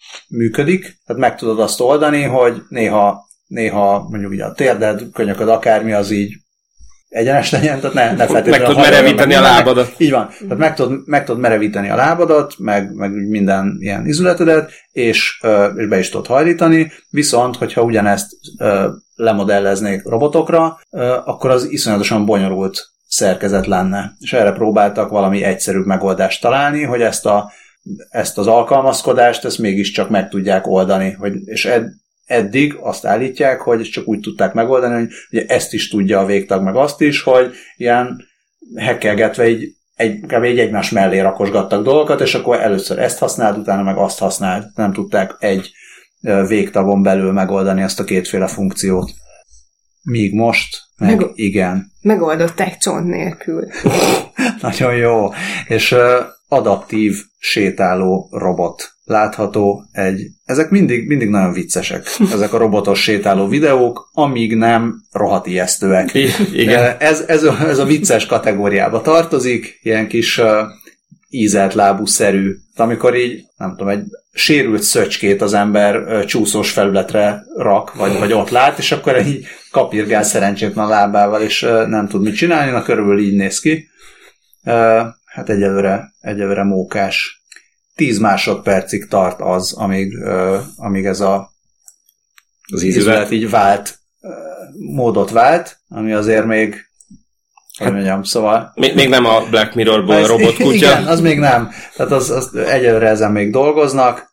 működik, tehát meg tudod azt oldani, hogy néha mondjuk így a térded, könyököd, akármi az így egyenes legyen, tehát ne feltétlenül. Meg tudod merevíteni a lábadat. Így van, tehát meg tudod merevíteni a lábadat, meg minden ilyen izületedet, és be is tudod hajlítani, viszont, hogyha ugyanezt lemodelleznék robotokra, akkor az iszonyatosan bonyolult szerkezet lenne. És erre próbáltak valami egyszerűbb megoldást találni, hogy ezt az alkalmazkodást, ezt mégiscsak meg tudják oldani, és eddig azt állítják, hogy csak úgy tudták megoldani, hogy ugye ezt is tudja a végtag, meg azt is, hogy ilyen hekkelgetve így egymás mellé rakosgattak dolgokat, és akkor először ezt használd, utána meg azt használd. Nem tudták egy végtagon belül megoldani ezt a kétféle funkciót. Míg most, igen. Megoldották csont nélkül. Nagyon jó. És adaptív sétáló robot látható ezek mindig nagyon viccesek, ezek a robotos sétáló videók, amíg nem rohadt ijesztőek. Igen. Ez a vicces kategóriába tartozik, ilyen kis ízelt lábú-szerű, amikor így, nem tudom, egy sérült szöcskét az ember csúszós felületre rak, vagy ott lát, és akkor így kapirgál szerencsétlen a lábával, és nem tud mit csinálni, na körülbelül így néz ki. Hát egyelőre mókás. 10 másodpercig tart az, amíg ez az ízület így módot vált, ami azért még, hogy mondjam, szóval... Még nem a Black Mirrorból robotkutya. Igen, az még nem. Tehát az egyelőre ezen még dolgoznak,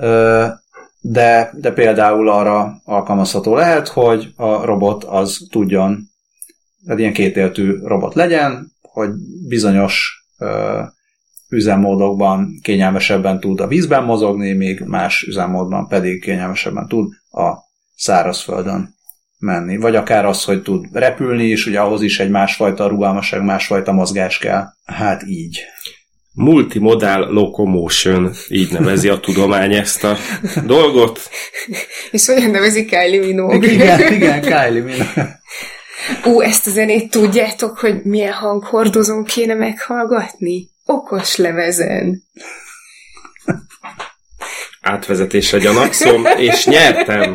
de például arra alkalmazható lehet, hogy a robot az tudjon, tehát ilyen kétéltű robot legyen, hogy bizonyos üzemmódokban kényelmesebben tud a vízben mozogni, míg más üzemmódban pedig kényelmesebben tud a szárazföldön menni. Vagy akár az, hogy tud repülni is, ugye ahhoz is egy másfajta rugalmasság, másfajta mozgás kell. Hát így. Multimodal locomotion, így nevezi a tudomány ezt a dolgot. És olyan nevezi Kylie Minogue. Igen, Kylie Minogue. Ezt a zenét tudjátok, hogy milyen hanghordozón kéne meghallgatni? Okos lemezen. Átvezetésre gyanakszom, és nyertem.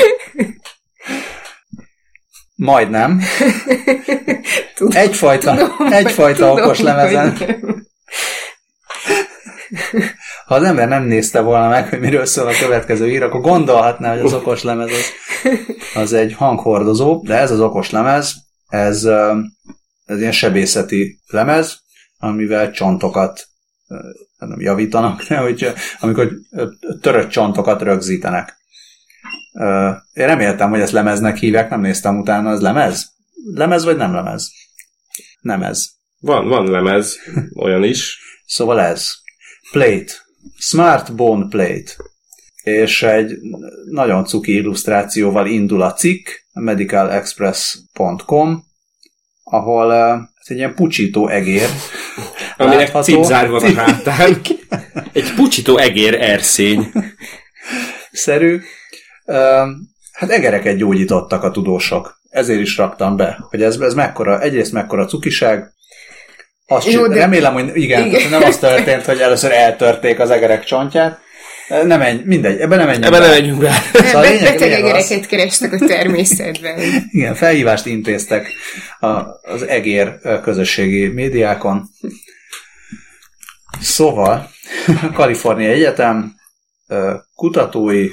Majdnem. Egyfajta okos lemezen. Ha az ember nem nézte volna meg, hogy miről szól a következő ír, akkor gondolhatná, hogy az okos lemez az egy hanghordozó, de ez az okos lemez, ez ilyen sebészeti lemez, amivel csontokat nem javítanak, de amikor törött csontokat rögzítenek. Én reméltem, hogy ezt lemeznek hívják, nem néztem utána, ez lemez? Lemez vagy nem lemez? Nem ez. Van lemez, olyan is. Szóval ez. Plate. Smart Bone Plate. És egy nagyon cuki illusztrációval indul a cikk, medicalexpress.com, ahol egy ilyen pucsító egér. Aminek cipzár van a hátán. Egy pucsító egér erszény. Szerű. Hát egereket gyógyítottak a tudósok. Ezért is raktam be, hogy ez egyrészt mekkora cukiság. Remélem, hogy igen. Nem az történt, hogy először eltörték az egerek csontját. Mindegy, ebben nem menjünk be. Szóval beteg egereket kerestek a természetben. Igen, felhívást intéztek az egér közösségi médiákon. Szóval a Kaliforniai Egyetem kutatói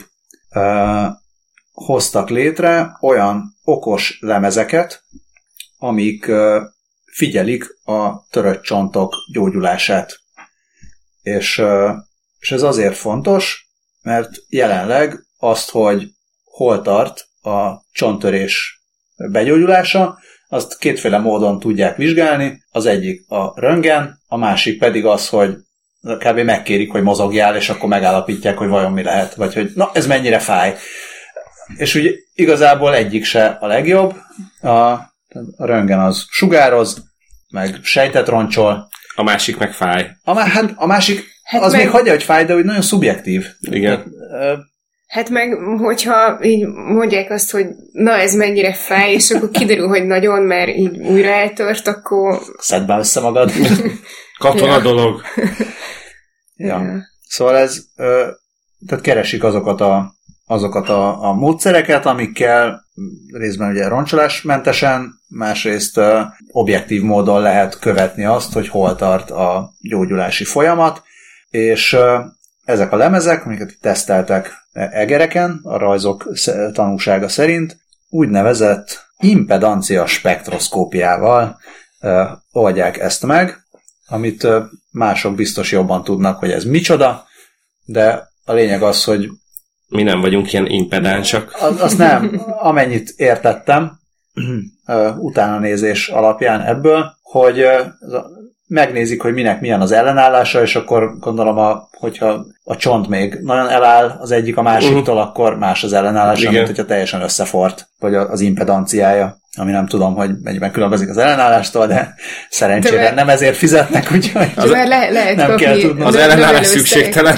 hoztak létre olyan okos lemezeket, amik figyelik a törött csontok gyógyulását. És ez azért fontos, mert jelenleg azt, hogy hol tart a csonttörés begyógyulása, azt kétféle módon tudják vizsgálni. Az egyik a röntgen, a másik pedig az, hogy kb. Megkérik, hogy mozogjál, és akkor megállapítják, hogy vajon mi lehet, vagy hogy na, ez mennyire fáj. És úgy igazából egyik se a legjobb. A röntgen az sugároz, meg sejtet roncsol. A másik meg fáj. A másik az még hagyja, hogy fáj, de úgy nagyon szubjektív. Igen. Hát meg, hogyha így mondják azt, hogy na ez mennyire fáj, és akkor kiderül, hogy nagyon, mert így újra eltört, akkor... Szedd be össze magad. Katona dolog. Ja. Szóval ez tehát keresik azokat a módszereket, amikkel részben ugye roncsolásmentesen, másrészt objektív módon lehet követni azt, hogy hol tart a gyógyulási folyamat, és ezek a lemezek, amiket teszteltek egereken, a rajzok tanúsága szerint, úgynevezett impedancia spektroszkópiával oldják ezt meg, amit mások biztos jobban tudnak, hogy ez micsoda, de a lényeg az, hogy mi nem vagyunk ilyen impedánsak. Azt nem, amennyit értettem utána nézés alapján ebből, hogy megnézik, hogy minek milyen az ellenállása, és akkor gondolom, hogyha a csont még nagyon eláll az egyik a másiktól, akkor más az ellenállása, mint hogyha teljesen összefort, vagy az impedanciája, ami nem tudom, hogy mennyiben különbözik az ellenállástól, de szerencsére nem ezért fizetnek, úgyhogy lehet nem kell tudni. Az ellenállás szükségtelen.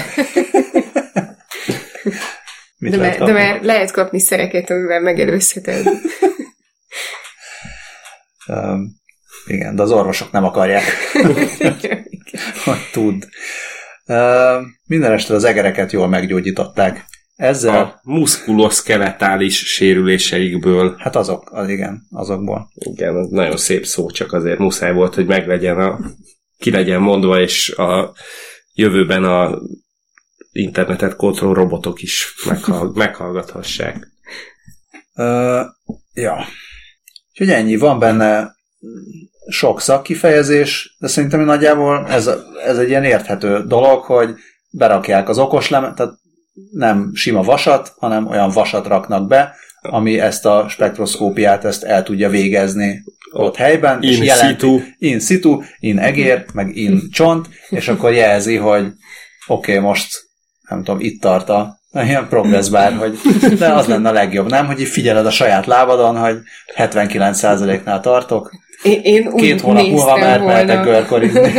De már lehet kapni szereket, amivel megelőzheted. Igen, de az orvosok nem akarják, hogy tudd. Mindenestre az egereket jól meggyógyították. Ezzel a muszkuloszkeletális sérüléseikből. Hát azokból. Igen, az nagyon szép szó, csak azért muszáj volt, hogy ki legyen mondva, és a jövőben a internetet kódoló robotok is meghallgathassák. Ja. Úgyhogy ennyi, van benne sok szakkifejezés, de szerintem nagyjából ez egy ilyen érthető dolog, hogy berakják az okoslemet, tehát nem sima vasat, hanem olyan vasat raknak be, ami ezt a spektroszkópiát ezt el tudja végezni ott helyben, és in situ, in egér, meg in csont, és akkor jelzi, hogy oké, most nem tudom, itt tart a ilyen progress bar, hogy de az lenne a legjobb, nem? Hogy így figyeled a saját lábadon, hogy 79%-nál tartok. Én 2 hónap múlva már mehetek görkorizni.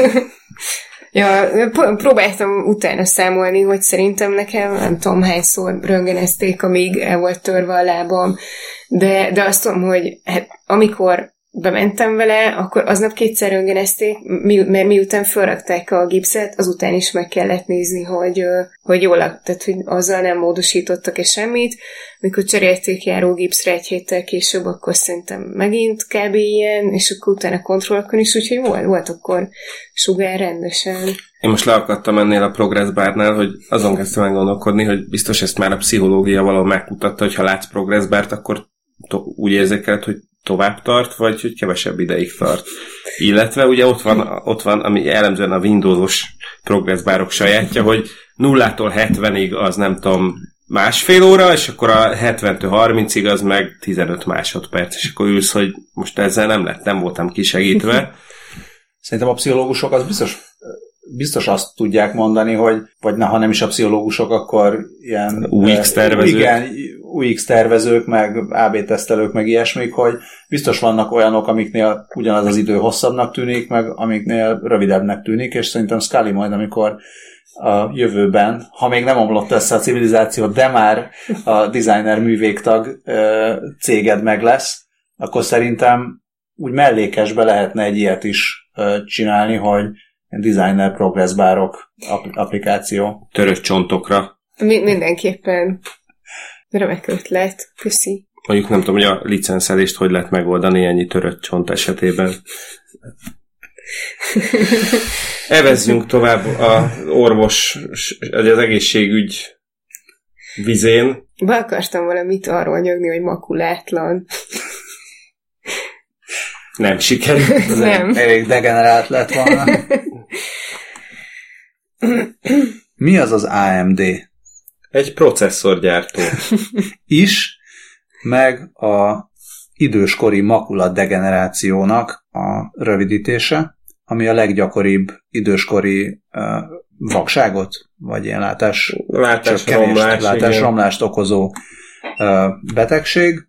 Ja, próbáltam utána számolni, hogy szerintem nekem nem tudom hányszor röntgenezték, amíg el volt törve a lábam, de azt tudom, hogy hát, amikor bementem vele, akkor aznap 2-szer röntgenezték, mert miután felrakták a gipszet, azután is meg kellett nézni, hogy jól, tehát hogy azzal nem módosítottak-e semmit. Mikor cserélték járógipszre 1 héttel később, akkor szerintem megint kb. Ilyen, és akkor utána kontrollokon is, úgyhogy volt akkor sugár rendesen. Én most leakadtam ennél a progress bárnál, hogy azon kezdtem el gondolkodni, hogy biztos ezt már a pszichológia valahol megkutatta, hogy ha látsz progress bárt, akkor úgy érzékeled, hogy tovább tart, vagy hogy kevesebb ideig tart. Illetve ugye ott van, ami jellemzően a Windows-os progress bárok sajátja, hogy 0-tól 70-ig az nem tudom, 1,5 óra, és akkor a 70-től 30-ig az meg 15 másodperc, és akkor ülsz, hogy most ezzel nem voltam kisegítve. Szerintem a pszichológusok az biztos azt tudják mondani, hogy ha nem is a pszichológusok, akkor ilyen UX tervezők. Igen, UX tervezők, meg AB tesztelők, meg ilyesmik, hogy biztos vannak olyanok, amiknél ugyanaz az idő hosszabbnak tűnik, meg amiknél rövidebbnek tűnik, és szerintem Scully majd, amikor a jövőben, ha még nem omlott össze a civilizáció, de már a designer művégtag céged meg lesz, akkor szerintem úgy mellékesbe lehetne egy ilyet is csinálni, hogy designer progress bárok applikáció. Törött csontokra. Mindenképpen remek ötlet. Köszi. Mondjuk nem tudom, hogy a licenszelést hogy lehet megoldani ennyi törött csont esetében. Evezzünk tovább az egészségügy vizén. Be akartam valamit arról nyögni, hogy makulátlan. Nem sikerült. Nem. Elég degenerált lett volna. Mi az AMD? Egy processzorgyártó. Is, meg a időskori makulatdegenerációnak a rövidítése, ami a leggyakoribb időskori vakságot, vagy ilyen látásromlást okozó betegség,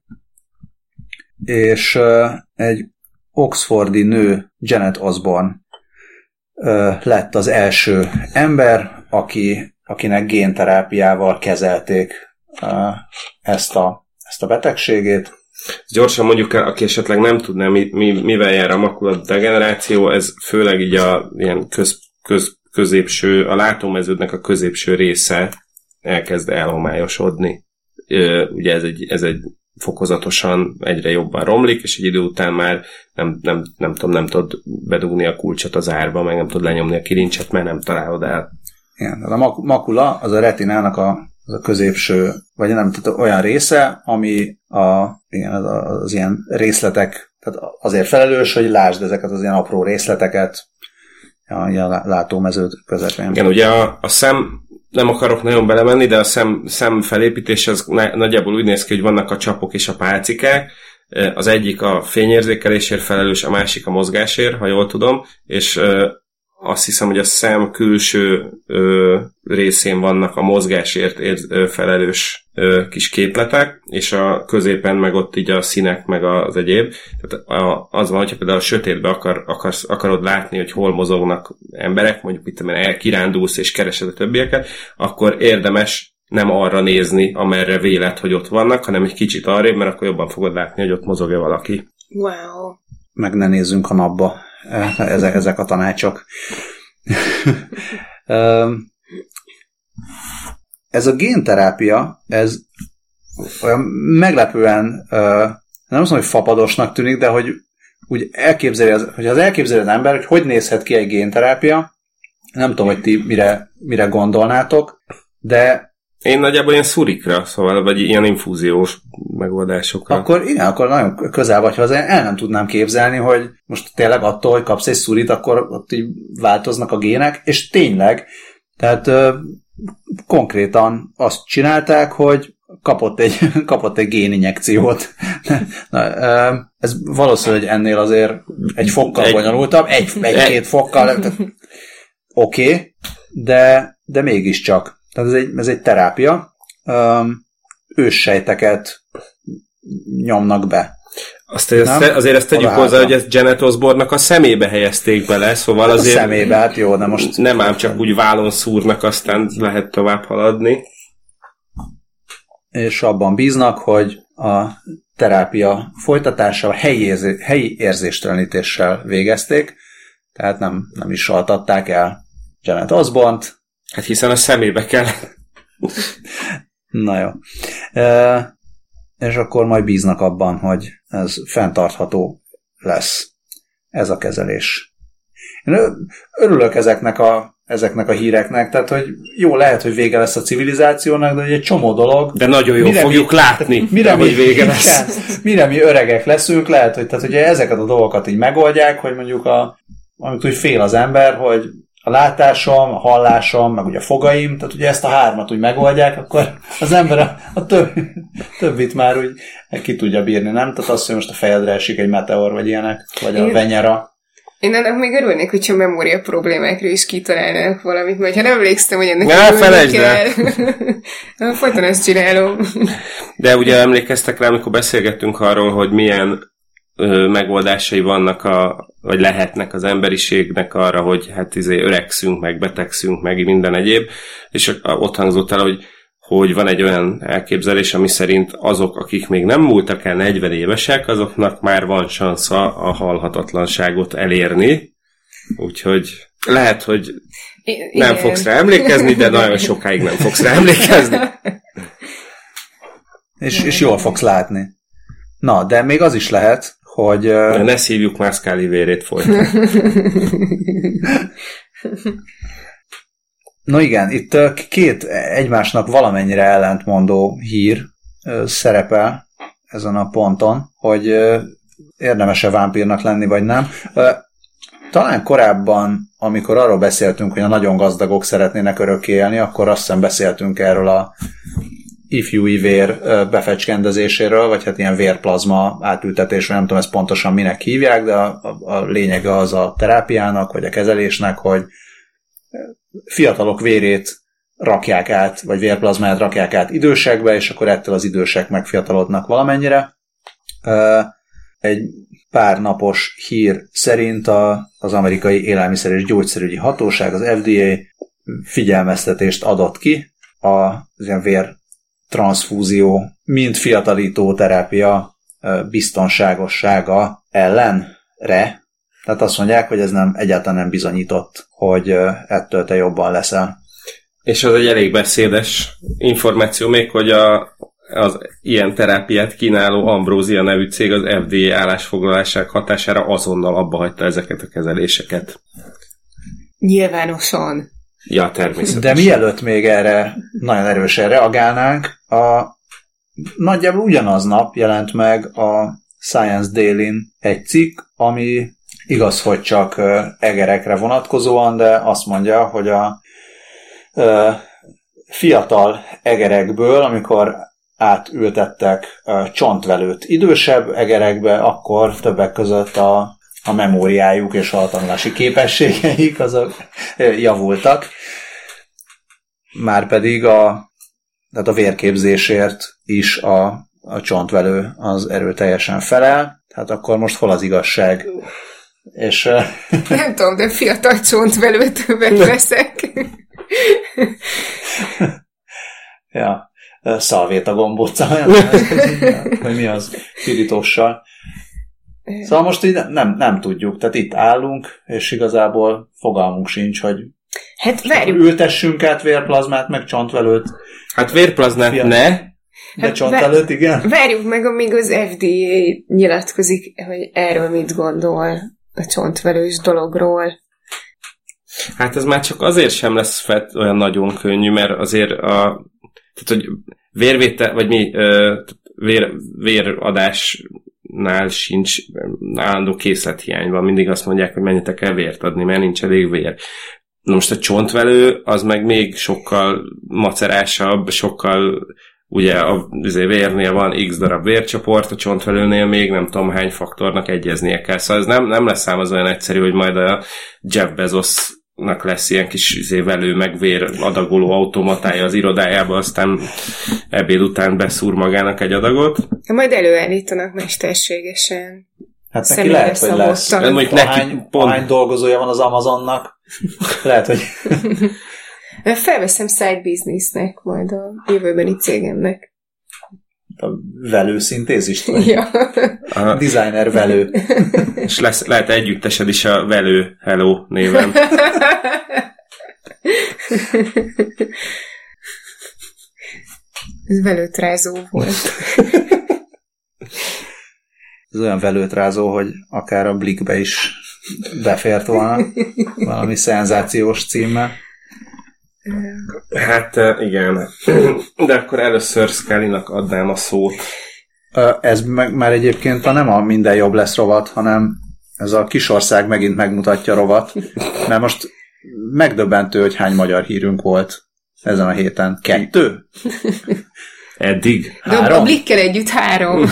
és egy oxfordi nő, Janet Osborne lett az első ember, akinek génterápiával kezelték ezt a betegségét. Gyorsan mondjuk el, aki esetleg nem tudná, mivel jár a makulatdegeneráció, ez főleg így a ilyen középső, a látómeződnek a középső része elkezd elhomályosodni. Ugye ez egy fokozatosan egyre jobban romlik, és egy idő után már nem tudod bedugni a kulcsot az árba, meg nem tudod lenyomni a kilincset, mert nem találod el. Igen, a makula az a retinának az a középső, vagy nem tudom, olyan része, ami az ilyen részletek, tehát azért felelős, hogy lásd ezeket az ilyen apró részleteket a látómeződ közepén. Igen, ugye a szem, nem akarok nagyon belemenni, de a szem felépítés az nagyjából úgy néz ki, hogy vannak a csapok és a pálcikák, az egyik a fényérzékelésért felelős, a másik a mozgásért, ha jól tudom, és azt hiszem, hogy a szem külső részén vannak a mozgásért felelős kis képletek, és a középen meg ott így a színek, meg az egyéb. Tehát az van, hogyha például a sötétbe akarod látni, hogy hol mozognak emberek, mondjuk itt kirándulsz és keresed a többieket, akkor érdemes nem arra nézni, amerre véled, hogy ott vannak, hanem egy kicsit arrébb, mert akkor jobban fogod látni, hogy ott mozog-e valaki. Wow. Meg ne nézzünk a napba. Ezek a tanácsok. Ez a génterápia, ez olyan meglepően, nem azt mondom, hogy fapadosnak tűnik, de hogy úgy elképzeli, hogy az elképzeli az ember, hogy nézhet ki egy génterápia, nem tudom, hogy ti mire gondolnátok, de én nagyjából ilyen szurikra, szóval, vagy ilyen infúziós megoldásokra. Akkor nagyon közel vagy hozzá, el nem tudnám képzelni, hogy most tényleg attól, hogy kapsz egy szurit, akkor ott így változnak a gének, és tényleg, tehát konkrétan azt csinálták, hogy kapott egy géninjekciót. Ez valószínűleg ennél azért egy fokkal bonyolultabb, egy-két fokkal, oké, de mégiscsak. Tehát ez egy terápia. Őssejteket nyomnak be. Azért ezt tegyük hozzá, hogy ezt Janet Osborne-nak a szemébe helyezték bele, szóval azért a szemébe, hát jó, de most nem ám csak úgy vállon szúrnak, aztán lehet tovább haladni. És abban bíznak, hogy a terápia folytatása helyi érzéstelenítéssel végezték, tehát nem is altatták el Janet Osborne-t. Hát hiszen a szemébe kell. Na jó. És akkor majd bíznak abban, hogy ez fenntartható lesz, ez a kezelés. Én örülök ezeknek a híreknek, tehát hogy jó, lehet, hogy vége lesz a civilizációnak, de egy csomó dolog. De nagyon jól fogjuk látni, hogy vége lesz. Mire mi öregek leszünk, lehet, hogy tehát, ugye ezeket a dolgokat így megoldják, hogy mondjuk amit úgy fél az ember, hogy a látásom, a hallásom, meg ugye a fogaim, tehát ugye ezt a hármat úgy megoldják, akkor az ember a többit már úgy ki tudja bírni, nem? Tehát azt, hogy most a fejedre esik egy meteor, vagy ilyenek, vagy a Venyera. Én ennek még örülnék, hogyha memória problémákra is kitalálnának valamit, mert ha nem emlékszem, hogy ennek kell. Folyton ezt csinálom. De ugye emlékeztek rá, amikor beszélgettünk arról, hogy milyen megoldásai vannak, vagy lehetnek az emberiségnek arra, hogy hát öregszünk, meg betegszünk, meg minden egyéb, és ott hangzott el, hogy van egy olyan elképzelés, ami szerint azok, akik még nem múltak el 40 évesek, azoknak már van sansza a halhatatlanságot elérni, úgyhogy lehet, hogy nem fogsz rá emlékezni, de nagyon sokáig nem fogsz rá emlékezni. És jól fogsz látni. Na, de még az is lehet, hogy... Ne szívjuk már Scully vérét folyton. No igen, itt két egymásnak valamennyire ellentmondó hír szerepel ezen a ponton, hogy érdemes-e vámpírnak lenni, vagy nem. Talán korábban, amikor arról beszéltünk, hogy a nagyon gazdagok szeretnének örökké élni, akkor azt hiszem beszéltünk erről a ifjúi vér befecskendezéséről, vagy hát ilyen vérplazma átültetésről, nem tudom ezt pontosan minek hívják, de a lényege az a terápiának, vagy a kezelésnek, hogy fiatalok vérét rakják át, vagy vérplazmáját rakják át idősekbe, és akkor ettől az idősek megfiatalodnak valamennyire. Egy pár napos hír szerint az amerikai élelmiszer és gyógyszerügyi hatóság, az FDA figyelmeztetést adott ki az ilyen vértranszfúzió, mint fiatalító terápia biztonságossága ellenre. Tehát azt mondják, hogy ez egyáltalán nem bizonyított, hogy ettől te jobban leszel. És az egy elég beszédes információ még, hogy az ilyen terápiát kínáló Ambrózia nevű cég az FDA állásfoglalásák hatására azonnal abbahagyta ezeket a kezeléseket. Nyilvánosan. Ja, természetesen. De mielőtt még erre nagyon erősen reagálnánk, nagyjából ugyanaz nap jelent meg a Science Daily-n egy cikk, ami igaz, hogy csak egerekre vonatkozóan, de azt mondja, hogy a fiatal egerekből, amikor átültettek csontvelőt idősebb egerekbe, akkor többek között a memóriájuk és a tanulási képességeik azok javultak. Márpedig tehát a vérképzésért is a csontvelő az erőteljesen felel. Tehát akkor most hol az igazság? És, nem tudom, de fiatal csontvelőt veszek. Ja, szalvéta gombóca, hogy mi az pirítóssal. Szóval most így nem tudjuk, tehát itt állunk, és igazából fogalmunk sincs, hogy hát várjuk. Ültessünk át vérplazmát, meg csontvelőt. Hát vérplazmát ne. De hát csontvelőt, igen. Várjuk meg, amíg az FDA nyilatkozik, hogy erről mit gondol a csontvelős dologról. Hát ez már csak azért sem lesz olyan nagyon könnyű, mert azért tehát, hogy vérvétel, vagy mi, véradásnál sincs állandó készlethiány van. Mindig azt mondják, hogy menjetek el vért adni, mert nincs elég vér. Na most a csontvelő az meg még sokkal macerásabb, sokkal, ugye a vérnél van x darab vércsoport, a csontvelőnél még nem tudom hány faktornak egyeznie kell. Szóval ez nem lesz ám az olyan egyszerű, hogy majd a Jeff Bezosnak lesz ilyen kis velő meg vér adagoló automatája az irodájába, aztán ebéd után beszúr magának egy adagot. Majd előállítanak mesterségesen. Hát neki lehet, hogy lesz. Hány dolgozója van az Amazonnak? Lehet, hogy... Felveszem side businessnek majd a jövőbeni cégemnek. A velőszintézist? Ja. A designer velő. És lehet együttesed is a velő Hello néven. Ez velőtrázó volt. Ez olyan velőtrázó, hogy akár a Blickbe is befért volna valami szenzációs címmel. Hát igen. De akkor először Scully-nak adnám a szót. Ez már egyébként nem a minden jobb lesz rovat, hanem ez a kisország megint megmutatja rovat. Mert most megdöbbentő, hogy hány magyar hírünk volt ezen a héten. 2? Eddig? 3? De a Blickkel együtt 3.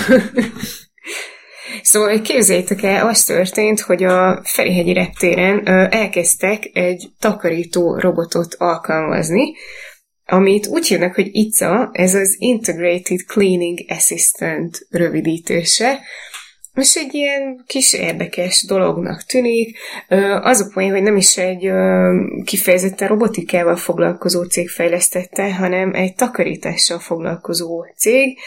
Szóval képzeljétek el, az történt, hogy a Ferihegyi reptéren elkezdtek egy takarító robotot alkalmazni, amit úgy hívnak, hogy ICA, ez az Integrated Cleaning Assistant rövidítése. Most egy ilyen kis érdekes dolognak tűnik. Az a poén, hogy nem is egy kifejezetten robotikával foglalkozó cég fejlesztette, hanem egy takarítással foglalkozó cég,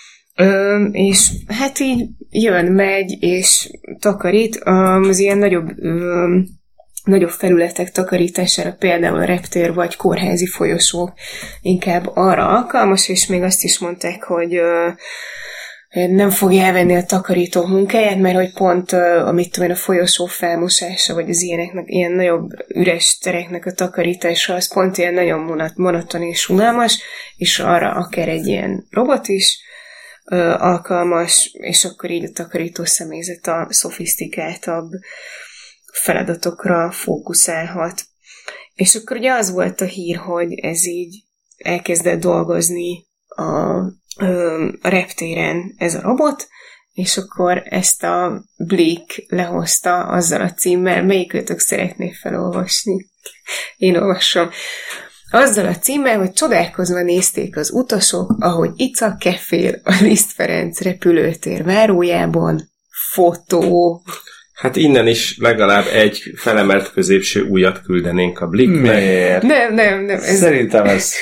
és hát így jön, megy, és takarít az ilyen nagyobb felületek takarítására, például a reptér vagy kórházi folyosók inkább arra alkalmas, és még azt is mondták, hogy nem fogja elvenni a takarító munkáját, mert hogy pont a folyosó felmosása, vagy az ilyen nagyobb üres tereknek a takarítása, az pont ilyen nagyon monoton és unalmas, és arra akár egy ilyen robot is alkalmas, és akkor így a takarító személyzet a szofisztikáltabb feladatokra fókuszálhat. És akkor ugye az volt a hír, hogy ez így elkezdett dolgozni a reptéren ez a robot, és akkor ezt a Blick lehozta azzal a címmel, melyikőtök szeretné felolvasni? Én olvasom. Azzal a címmel, hogy csodálkozva nézték az utasok, ahogy ICA kefél a Liszt Ferenc repülőtér várójában. Fotó. Hát innen is legalább egy felemelt középső újat küldenénk a Blicknek. Miért? Nem. Szerintem ez...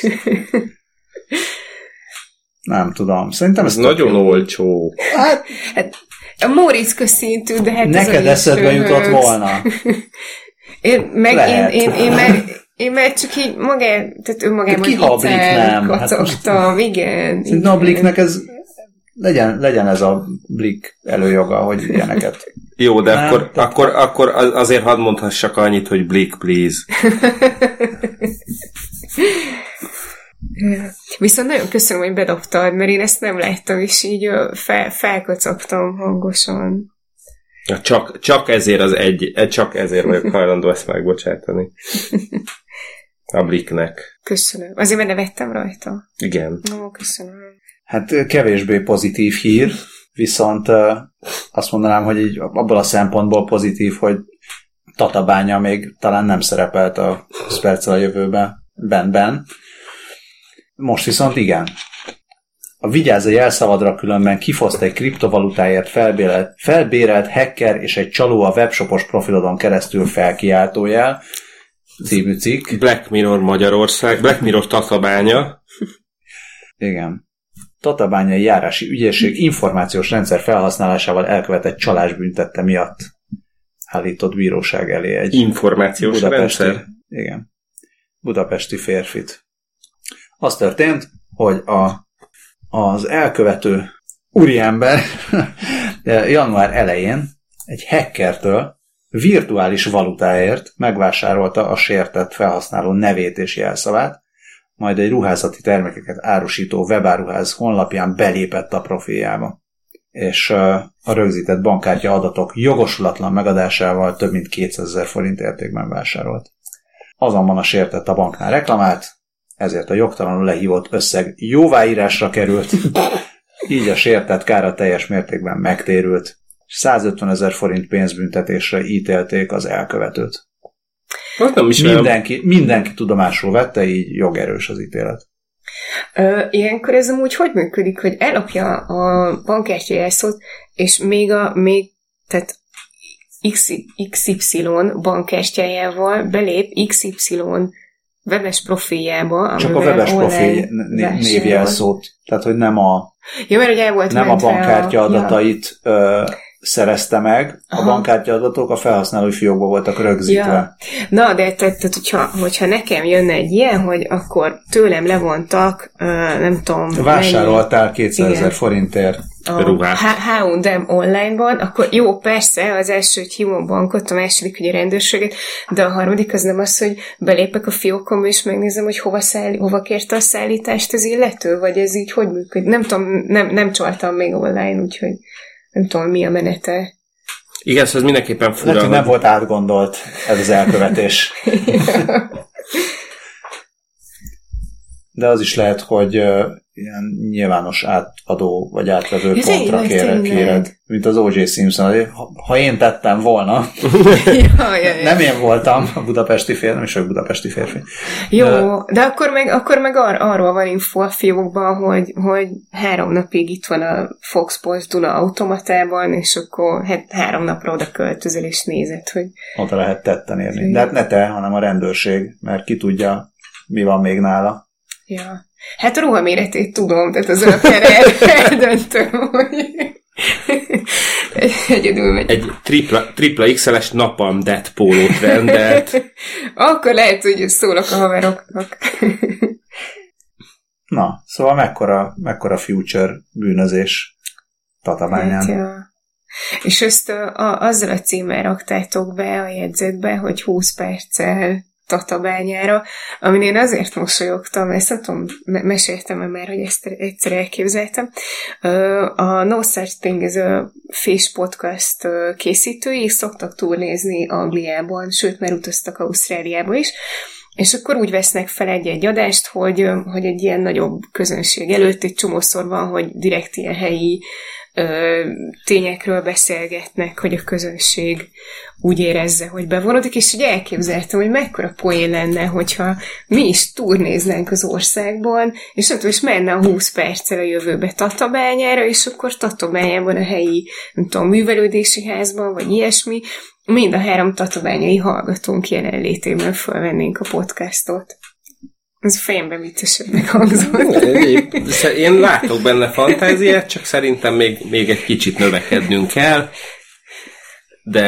Nem tudom. Szerintem ez nagyon olcsó. Hát a Móriczka szintű, de hát neked eszedbe jutott volna. Én Én már csak így tehát önmagában ki ha a Blik nem? kacogtam, igen. Szerintem a Bliknek ez legyen ez a Blik előjoga, hogy ilyeneket. Jó, de akkor azért hadd mondhassak annyit, hogy Blik, please. Viszont nagyon köszönöm, hogy bedobtad, mert én ezt nem láttam, és így felkocogtam hangosan. Csak ezért vagyok hajlandó ezt megbocsátani. A Bliknek. Köszönöm. Azért, mert nevettem rajta. Igen. Ó, köszönöm. Hát kevésbé pozitív hír, viszont azt mondanám, hogy így abból a szempontból pozitív, hogy Tatabánya még talán nem szerepelt a Spercel a jövőben, Ben. Most viszont igen. A Vigyázz a jelszavadra különben kifoszt egy kriptovalutáért felbérelt hacker és egy csaló a webshopos profilodon keresztül felkiáltójel című cikk. Black Mirror Magyarország, Black Mirror Tatabánya. Igen. Tatabányai járási ügyészség információs rendszer felhasználásával elkövetett csalás büntette miatt állított bíróság elé egy információs rendszer? Igen. Budapesti férfit. Az történt, hogy az elkövető úriember január elején egy hackertől virtuális valutáért megvásárolta a sértett felhasználó nevét és jelszavát, majd egy ruházati termékeket árusító webáruház honlapján belépett a profiljába, és a rögzített bankkártya adatok jogosulatlan megadásával több mint 200 000 forint értékben vásárolt. Azonban a sértett a banknál reklamált, ezért a jogtalanul lehívott összeg jóváírásra került, így a sértett kára teljes mértékben megtérült, és 150 000 forint pénzbüntetésre ítélték az elkövetőt. Mindenki tudomásul vette, így jogerős az ítélet. Ilyenkor ez amúgy hogy működik, hogy ellopja a bankkártya jelszót, és tehát XY bankkártyájával belép XY webes profiljába. Csak a webes profil névjelszót. Tehát, hogy nem a bankkártya adatait szerezte meg. A bankkártya adatok a felhasználói fiókban voltak rögzítve. Ja. Na, de tehát hogyha nekem jönne egy ilyen, hogy akkor tőlem levontak, nem tudom... Vásároltál 200 000 forintért ruhát. H&M online-ban, akkor jó, persze, az első, hogy hívom a bankot, a második, hogy a rendőrséget, de a harmadik az nem az, hogy belépek a fiókomba, és megnézem, hogy hova kérte a szállítást az illető, vagy ez így hogy működik. Nem tudom, nem csaltam még online, úgyhogy nem tudom, mi a menete. Igen, ez mindenképpen fura. Lehet, hogy nem volt átgondolt ez az elkövetés. De az is lehet, hogy ilyen nyilvános átadó vagy átvevő kontra kéred, mint az O.J. Simpson. Ha én tettem volna, nem én voltam a budapesti férfi, nem is a budapesti férfi. Jó, de akkor meg arról van info a fiókban, hogy 3 napig itt van a Fox Sports Duna automatában, és akkor 3 napra oda költözel, és nézed, hogy... Oda lehet tetten érni. De hát ne te, hanem a rendőrség, mert ki tudja, mi van még nála. Ja. Hát a ruhaméretét tudom, tehát az alapján eldöntöm, hogy egyedül megy. Egy tripla XL-es Napalm Dead pólót rendelt. Akkor lehet, hogy szólok a haveroknak. Na, szóval mekkora future bűnözés Tatabányán. Hát, ja. És ezt azzal a címmel raktátok be a jegyzetbe, hogy 20 perccel Tatabányára, amin én azért mosolyogtam, ezt nem tudom, meséltem már, hogy ezt egyszer elképzeltem. A No Such Thing as a Fish podcast készítői szoktak turnézni Angliában, sőt, már utaztak Ausztráliába is, és akkor úgy vesznek fel egy adást, hogy egy ilyen nagyobb közönség előtt egy csomószor van, hogy direkt ilyen helyi tényekről beszélgetnek, hogy a közönség úgy érezze, hogy bevonódik, és ugye elképzeltem, hogy mekkora poén lenne, hogyha mi is turnéznánk az országban, és nem tudom, és menne a 20 perccel a jövőbe Tatabányára, és akkor Tatabányában a helyi, nem tudom, művelődési házban, vagy ilyesmi, mind a 3 tatabányai hallgatónk jelenlétében fölvennénk a podcastot. Ez fejemben viccesebnek hangzott. Én látok benne fantáziát, csak szerintem még egy kicsit növekednünk kell, de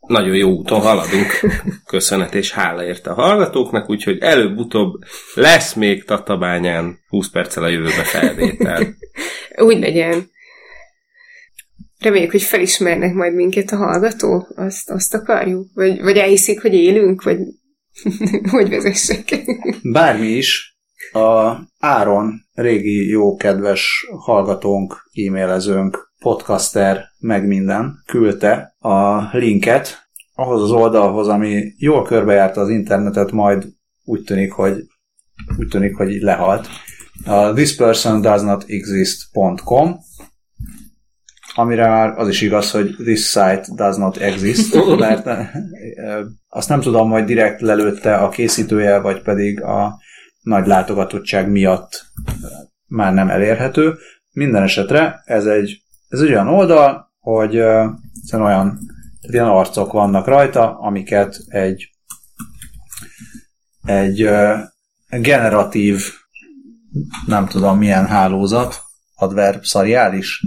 nagyon jó úton haladunk. Köszönet és hála érte a hallgatóknak, úgyhogy előbb-utóbb lesz még Tatabányán 20 perccel a jövőbe felvétel. Úgy legyen. Reméljük, hogy felismernek majd minket a hallgató. Azt akarjuk? Vagy elhiszik, hogy élünk? Vagy hogy vezessek? Bármi is. A Áron, régi jó kedves hallgatónk, e-mailezőnk, podcaster, meg minden, küldte a linket ahhoz az oldalhoz, ami jól körbejárta az internetet, majd úgy tűnik, hogy így lehalt. A thispersondoesnotexist.com, amire már az is igaz, hogy this site does not exist, mert azt nem tudom, hogy direkt lelőtte a készítője, vagy pedig a nagy látogatottság miatt már nem elérhető. Minden esetre ez egy olyan oldal, hogy olyan arcok vannak rajta, amiket egy generatív, nem tudom milyen hálózat, adversariális,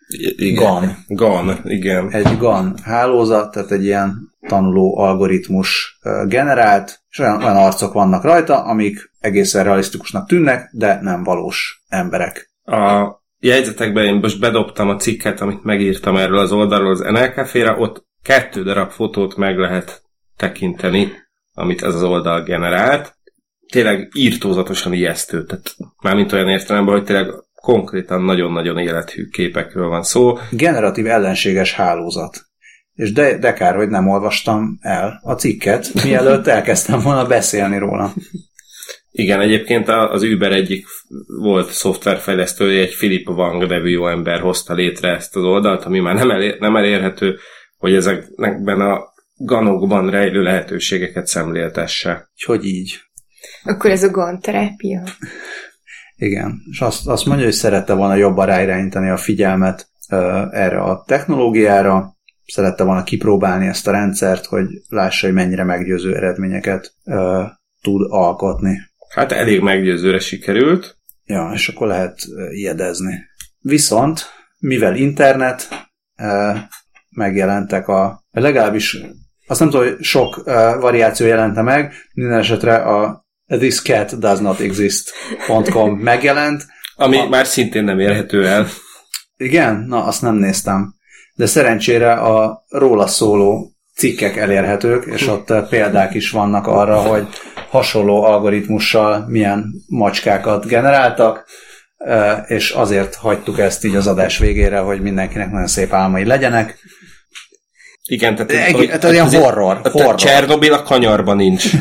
GAN, igen. Egy GAN hálózat, tehát egy ilyen tanuló algoritmus generált, és olyan arcok vannak rajta, amik egészen realisztikusnak tűnnek, de nem valós emberek. A jegyzetekben én most bedobtam a cikket, amit megírtam erről az oldalról az NLKF-re, ott 2 darab fotót meg lehet tekinteni, amit ez az oldal generált. Tényleg írtózatosan ijesztő, tehát mármint olyan értelemben, hogy tényleg konkrétan nagyon-nagyon élethű képekről van szó. Generatív ellenséges hálózat. És de kár, hogy nem olvastam el a cikket, mielőtt elkezdtem volna beszélni róla. Igen, egyébként az Uber egyik volt szoftverfejlesztője, egy Philip Wang nevű jó ember hozta létre ezt az oldalt, ami már nem elérhető, hogy ezekben a ganokban rejlő lehetőségeket szemléltesse. Hogy így? Akkor ez a GAN-terápia? Igen, és azt mondja, hogy szerette volna jobban ráirányítani a figyelmet erre a technológiára, szerette volna kipróbálni ezt a rendszert, hogy lássa, hogy mennyire meggyőző eredményeket tud alkotni. Hát elég meggyőzőre sikerült. Ja, és akkor lehet ijedezni. Viszont, mivel internet, megjelentek legalábbis azt nem tudom, hogy sok variáció jelente meg, minden esetre a thiscat.doesnotexist.com megjelent. Ami már szintén nem érhető el. Igen? Na, azt nem néztem. De szerencsére a róla szóló cikkek elérhetők, és ott példák is vannak arra, hogy hasonló algoritmussal milyen macskákat generáltak, és azért hagytuk ezt így az adás végére, hogy mindenkinek nagyon szép álmai legyenek. Igen, tehát ilyen horror. Csernobil a kanyarban nincs.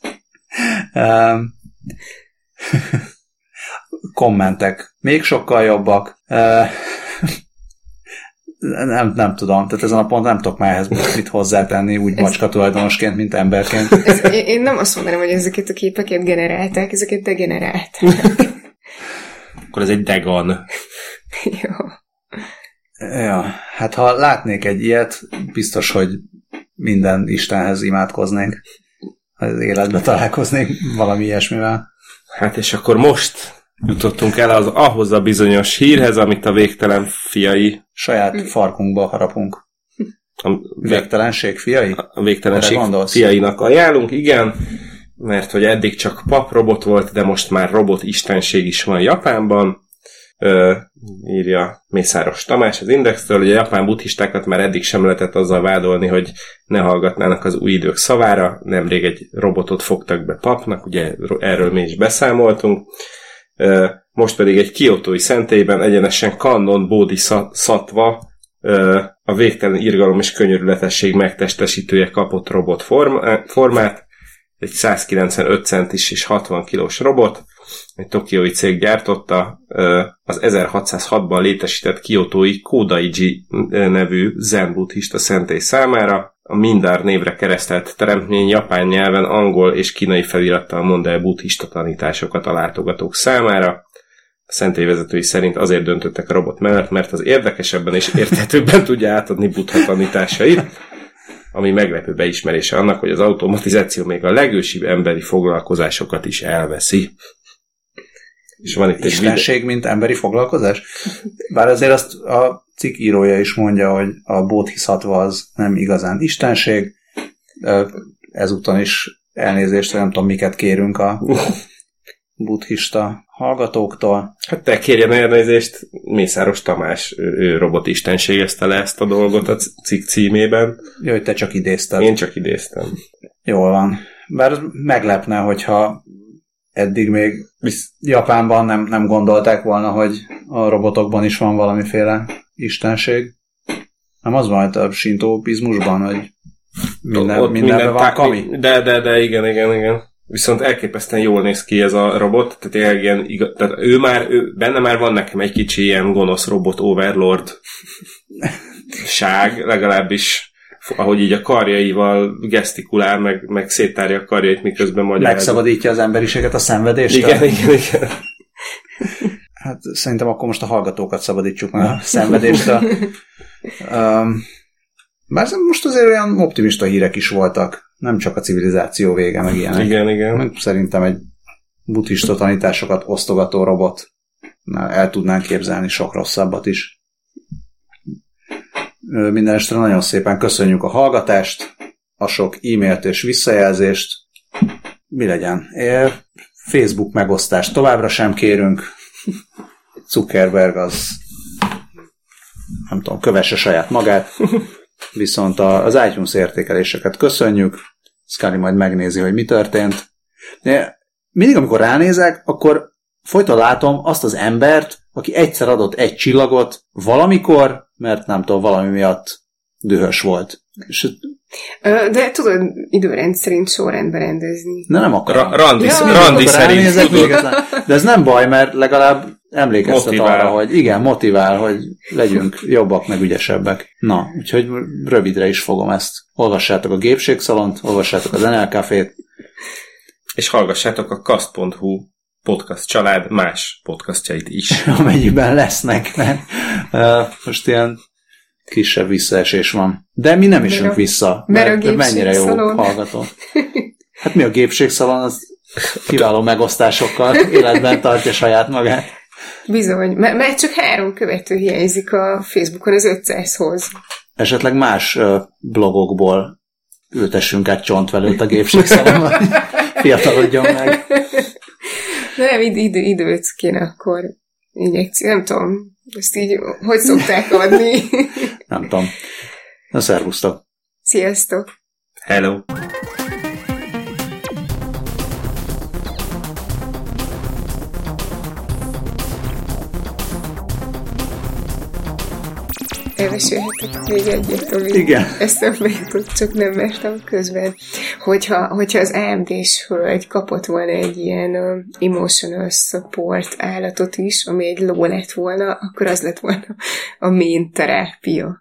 Kommentek még sokkal jobbak. Nem tudom, tehát ezen a pont nem tudok már ehhez mit hozzátenni, úgy macska tulajdonosként, mint emberként. Én nem azt mondanám, hogy ezeket a képeket generálták, ezeket degenerálták. Akkor ez egy degan. Jó. Ja, hát ha látnék egy ilyet, biztos, hogy minden Istenhez imádkoznék. Az életbe találkoznék valami ilyesmivel. Hát és akkor most jutottunk el ahhoz a bizonyos hírhez, amit a végtelen fiai... Saját farkunkba harapunk. A végtelenség fiai? A végtelenség fiainak ajánlunk, igen, mert hogy eddig csak paprobot volt, de most már robot istenség is van Japánban. Írja Mészáros Tamás az Indextől, hogy a japán buddhistákat már eddig sem lehetett azzal vádolni, hogy ne hallgatnának az új idők szavára. Nemrég egy robotot fogtak be papnak, ugye erről mi is beszámoltunk. Most pedig egy kiotói szentélyben egyenesen Kannon Bodhisattva, a végtelen irgalom és könyörületesség megtestesítője kapott robot formát, egy 195 centis és 60 kilós robot, egy tokiói cég gyártotta, az 1606-ban létesített kiotói Kodaiji nevű zen buddhista szentély számára. A Mindar névre keresztelt teremtmény japán nyelven, angol és kínai felirattal mond el buddhista tanításokat a látogatók számára. A szentélyvezetői szerint azért döntöttek a robot mellett, mert az érdekesebben és érthetőbben tudja átadni buddha tanításait, ami meglepő beismerése annak, hogy az automatizáció még a legősibb emberi foglalkozásokat is elveszi. És van itt istenség, mint emberi foglalkozás? Bár azért azt a cikk írója is mondja, hogy a Bodhisattva az nem igazán istenség, Ezúton is elnézést, nem tudom, miket kérünk a buddhista hallgatóktól. Hát te kérjen elnézést, Mészáros Tamás, ő robotistenségezte le ezt a dolgot a cikk címében. Jó, hogy te csak idézted. Én csak idéztem. Jól van. Bár meglepne, hogyha eddig még Japánban nem gondolták volna, hogy a robotokban is van valamiféle istenség. Nem az van, hogy a sintóizmusban, hogy mindenben van kami? De igen. Viszont elképesztően jól néz ki ez a robot, tehát ilyen tehát benne már van nekem egy kicsi ilyen gonosz robot overlord ság, legalábbis ahogy így a karjaival gesztikulál, meg széttárja a karjait, miközben magyar. Megszabadítja az emberiséget a szenvedéstől? Igen. Hát szerintem akkor most a hallgatókat szabadítsuk meg a szenvedéstől. Bár most azért olyan optimista hírek is voltak. Nem csak a civilizáció vége, meg ilyenek. Igen. Meg szerintem egy buddhista tanításokat osztogató robot el tudnánk képzelni sok rosszabbat is. Mindenestre nagyon szépen köszönjük a hallgatást, a sok e-mailt és visszajelzést. Mi legyen? Facebook megosztást továbbra sem kérünk. Zuckerberg az nem tudom, kövesse saját magát. Viszont az iTunes értékeléseket köszönjük. Scully majd megnézi, hogy mi történt. De mindig, amikor ránézek, akkor folyton látom azt az embert, aki egyszer adott egy csillagot valamikor, mert nem tudom, valami miatt dühös volt. És de tudod, időrend szerint sorrendben rendezni. nem akarom. Randi szerint. De ez nem baj, mert legalább emlékeztet arra, hogy igen, motivál, hogy legyünk jobbak, meg ügyesebbek. Na, úgyhogy rövidre is fogom ezt. Olvassátok a Gépségszalont, olvassátok az NL Cafét. És hallgassátok a Kast.hu podcast család más podcastjait is. Amennyiben lesznek, mert most ilyen kisebb visszaesés van. De mi nem esünk vissza, mert mennyire jó hallgató. Hát mi a Gépségszalon, az kiváló megosztásokkal életben tartja saját magát. Bizony, mert csak 3 követő hiányzik a Facebookon az 500-hoz. Esetleg más blogokból ültessünk át csontvelőt a Gépségszalonban, hogy fiatalodjon meg. De nem, időt kéne akkor injekció, nem tudom, ezt így hogy szokták adni? Nem tudom. Na, szervusztok! Sziasztok! Hello! Elmesélhetek még egyet, ami eszembe jutott, csak nem mertem közben. Hogyha az AMD-s hölgy kapott volna egy ilyen emotional support állatot is, ami egy ló lett volna, akkor az lett volna a main terápia.